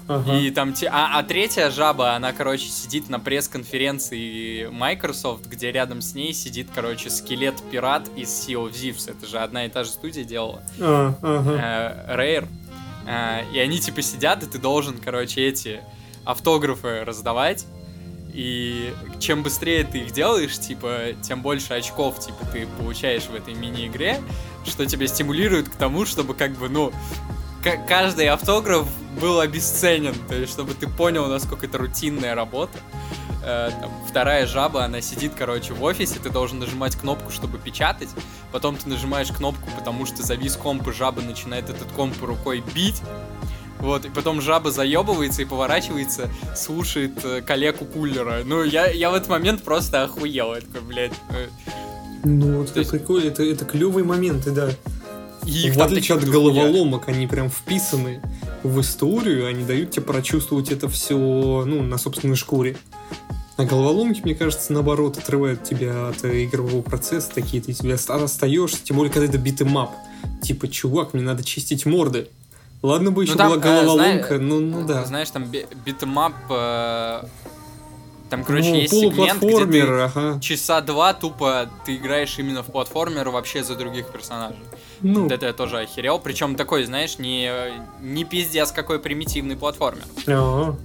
Ага. И там те... а, а третья жаба, она, короче, сидит на пресс-конференции Microsoft, где рядом с ней сидит, короче, скелет-пират из Sea of Thieves. Это же одна и та же студия делала. А, ага. Э, Rare. Э, и они, типа, сидят, и ты должен, короче, эти автографы раздавать. И чем быстрее ты их делаешь, типа, тем больше очков, типа, ты получаешь в этой мини-игре, что тебя стимулирует к тому, чтобы, как бы, ну... каждый автограф был обесценен, то есть, чтобы ты понял, насколько это рутинная работа. Э, там, вторая жаба, она сидит, короче, в офисе, ты должен нажимать кнопку, чтобы печатать, потом ты нажимаешь кнопку, потому что завис комп, и жаба начинает этот комп рукой бить, вот, и потом жаба заебывается и поворачивается, слушает э, коллегу кулера. Ну, я, я в этот момент просто охуел, я такой, блядь. Э, ну, это есть... прикольно, это, это клевые моменты, да. И в отличие от головоломок, они прям вписаны в историю, они дают тебе прочувствовать это все, ну, на собственной шкуре. А головоломки, мне кажется, наоборот, отрывают тебя от игрового процесса, такие ты тебя остаешься, тем более, когда это битэмап. Типа, чувак, мне надо чистить морды. Ладно бы еще ну, там, была головоломка, э, ну, ну да. Знаешь, там битэмап... Э... Там, короче, ну, есть сегмент, где ты ага. часа два тупо ты играешь именно в платформер вообще за других персонажей. Ну. Вот это я тоже охерел. Причем такой, знаешь, не, не пиздец какой примитивный платформер. Ага.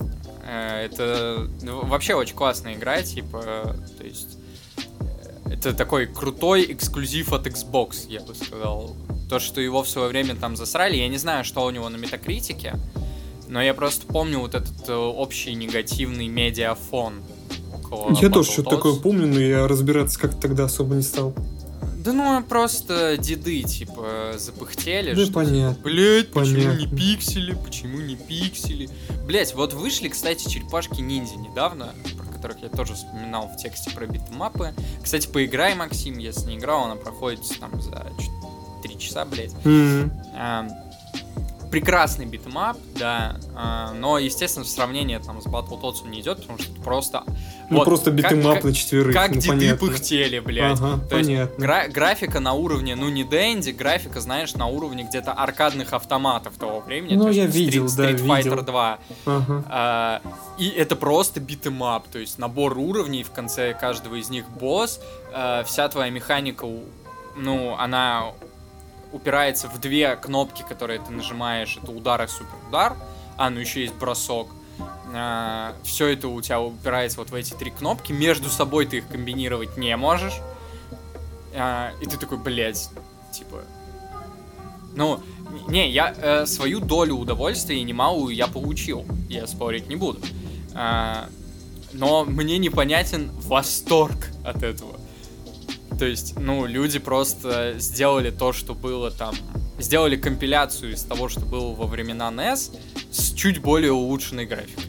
Это вообще очень классная игра, типа, то есть это такой крутой эксклюзив от Xbox, я бы сказал. То, что его в свое время там засрали, я не знаю, что у него на метакритике, но я просто помню вот этот общий негативный медиафон. Я тоже что-то такое помню, но я разбираться как-то тогда особо не стал. Да ну, просто деды, типа, запыхтели. Да, что, понятно. Типа, блять, почему понятно. не пиксели, почему не пиксели. Блять, вот вышли, кстати, черепашки-ниндзя недавно, про которых я тоже вспоминал в тексте про битэмапы. Кстати, поиграй, Максим, если не играл, она проходит там за три часа, блять. Mm-hmm. А, прекрасный битэмап, да, а, но, естественно, в сравнении там с Battletoads не идет, потому что это просто... Ну, вот, просто битэмап на четверых, как ну, деды понятно. пыхтели, блядь. Ага, То понятно. есть гра- графика на уровне, ну, не Дэнди, графика, знаешь, на уровне где-то аркадных автоматов того времени. Ну, то я есть видел, Street, да, Street Fighter видел. два. Ага. А, и это просто битэмап, то есть набор уровней, в конце каждого из них босс, а, вся твоя механика, ну, она... упирается в две кнопки, которые ты нажимаешь. Это удар и суперудар. А, ну еще есть бросок. А, все это у тебя упирается вот в эти три кнопки. Между собой ты их комбинировать не можешь. А, и ты такой, блядь, типа... Ну, не, я э, свою долю удовольствия немалую я получил. Я спорить не буду. А, но мне непонятен восторг от этого. То есть, ну, люди просто сделали то, что было там... Сделали компиляцию из того, что было во времена эн и эс с чуть более улучшенной графикой.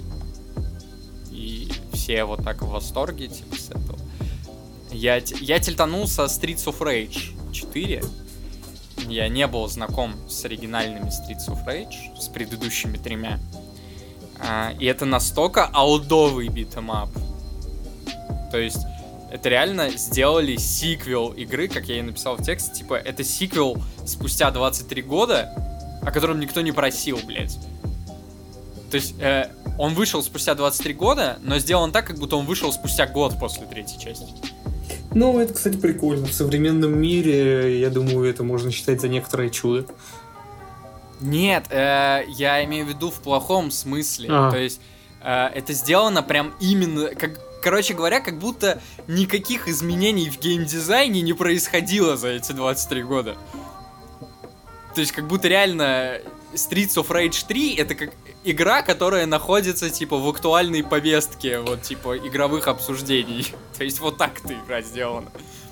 И все вот так в восторге, типа, с этого. Я, я тильтанул со Streets of Rage четыре. Я не был знаком с оригинальными Streets of Rage, с предыдущими тремя. А, и это настолько олдовый битэмап. То есть... Это реально сделали сиквел игры, как я и написал в тексте. Типа, это сиквел спустя двадцать три года, о котором никто не просил, блядь. То есть, э, он вышел спустя двадцать три года, но сделан так, как будто он вышел спустя год после третьей части. Ну, это, кстати, прикольно. В современном мире, я думаю, это можно считать за некоторое чудо. Нет, э, я имею в виду в плохом смысле. А. То есть, э, это сделано прям именно... как Короче говоря, как будто никаких изменений в геймдизайне не происходило за эти двадцать три года. То есть, как будто реально Streets of Rage три это как игра, которая находится, типа, в актуальной повестке, вот, типа, игровых обсуждений. То есть, вот так эта игра сделана.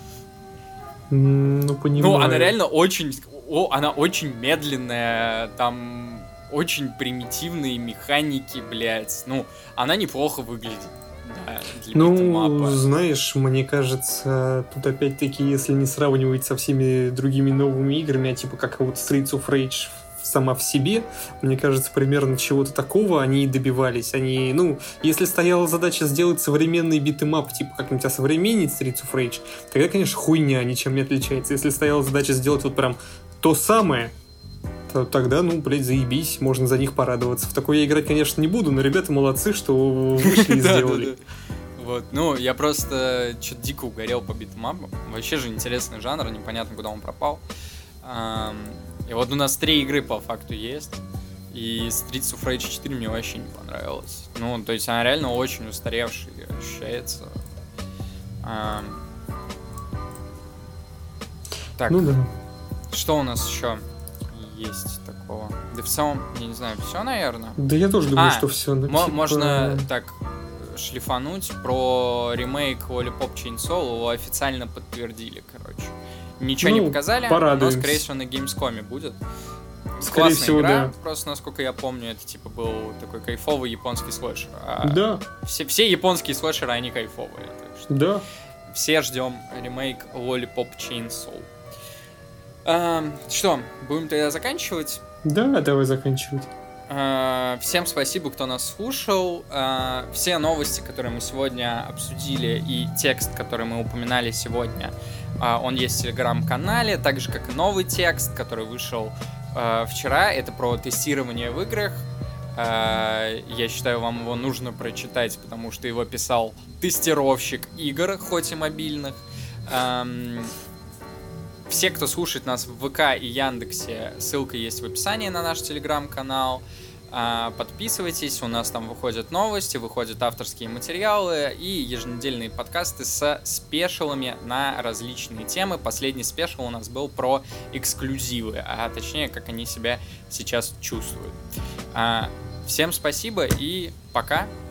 Ну, понимаю. Ну, она реально очень... О, она очень медленная, там очень примитивные механики, блядь. Ну, она неплохо выглядит. Да, ну, битэмапа. Знаешь, мне кажется, тут опять-таки, если не сравнивать со всеми другими новыми играми, а типа как вот Streets of Rage сама в себе, мне кажется, примерно чего-то такого они и добивались. Они, ну, если стояла задача сделать современный битэмап, типа как-нибудь осовременить Streets of Rage, тогда, конечно, хуйня ничем не отличается. Если стояла задача сделать вот прям то самое, то тогда, ну, блядь, заебись, можно за них порадоваться. В такое я играть, конечно, не буду, но ребята молодцы, что вышли и сделали. Вот, ну, я просто что-то дико угорел по битмапам. Вообще же интересный жанр, непонятно, куда он пропал. И вот у нас три игры по факту есть. И Streets of Rage четыре мне вообще не понравилось. Ну, то есть она реально очень устаревшая ощущается. Так, ну, да. Что у нас еще есть такого? Да в целом, я не знаю, все, наверное. Да я тоже думаю, а, что все. Ну, м- типа... Можно так шлифануть про ремейк Lollipop Chainsaw, его официально подтвердили, короче. Ничего ну, не показали, порадуемся. Но, скорее всего, на Gamescom будет. Скорее Классная всего, игра, да. Просто, насколько я помню, это типа был такой кайфовый японский слэшер. А да. Все, все японские слэшеры, они кайфовые. Так что да. Все ждем ремейк Lollipop Chainsaw. А, что, будем тогда заканчивать? Да, давай заканчивать. А, всем спасибо, кто нас слушал. А, все новости, которые мы сегодня обсудили, и текст, который мы упоминали сегодня, а, он есть в телеграм-канале, так же, как и новый текст, который вышел а, вчера. Это про тестирование в играх. А, я считаю, вам его нужно прочитать, потому что его писал тестировщик игр, хоть и мобильных. А, Все, кто слушает нас в ВК и Яндексе, ссылка есть в описании на наш телеграм-канал. Подписывайтесь, у нас там выходят новости, выходят авторские материалы и еженедельные подкасты с спешалами на различные темы. Последний спешал у нас был про эксклюзивы, а точнее, как они себя сейчас чувствуют. Всем спасибо и пока!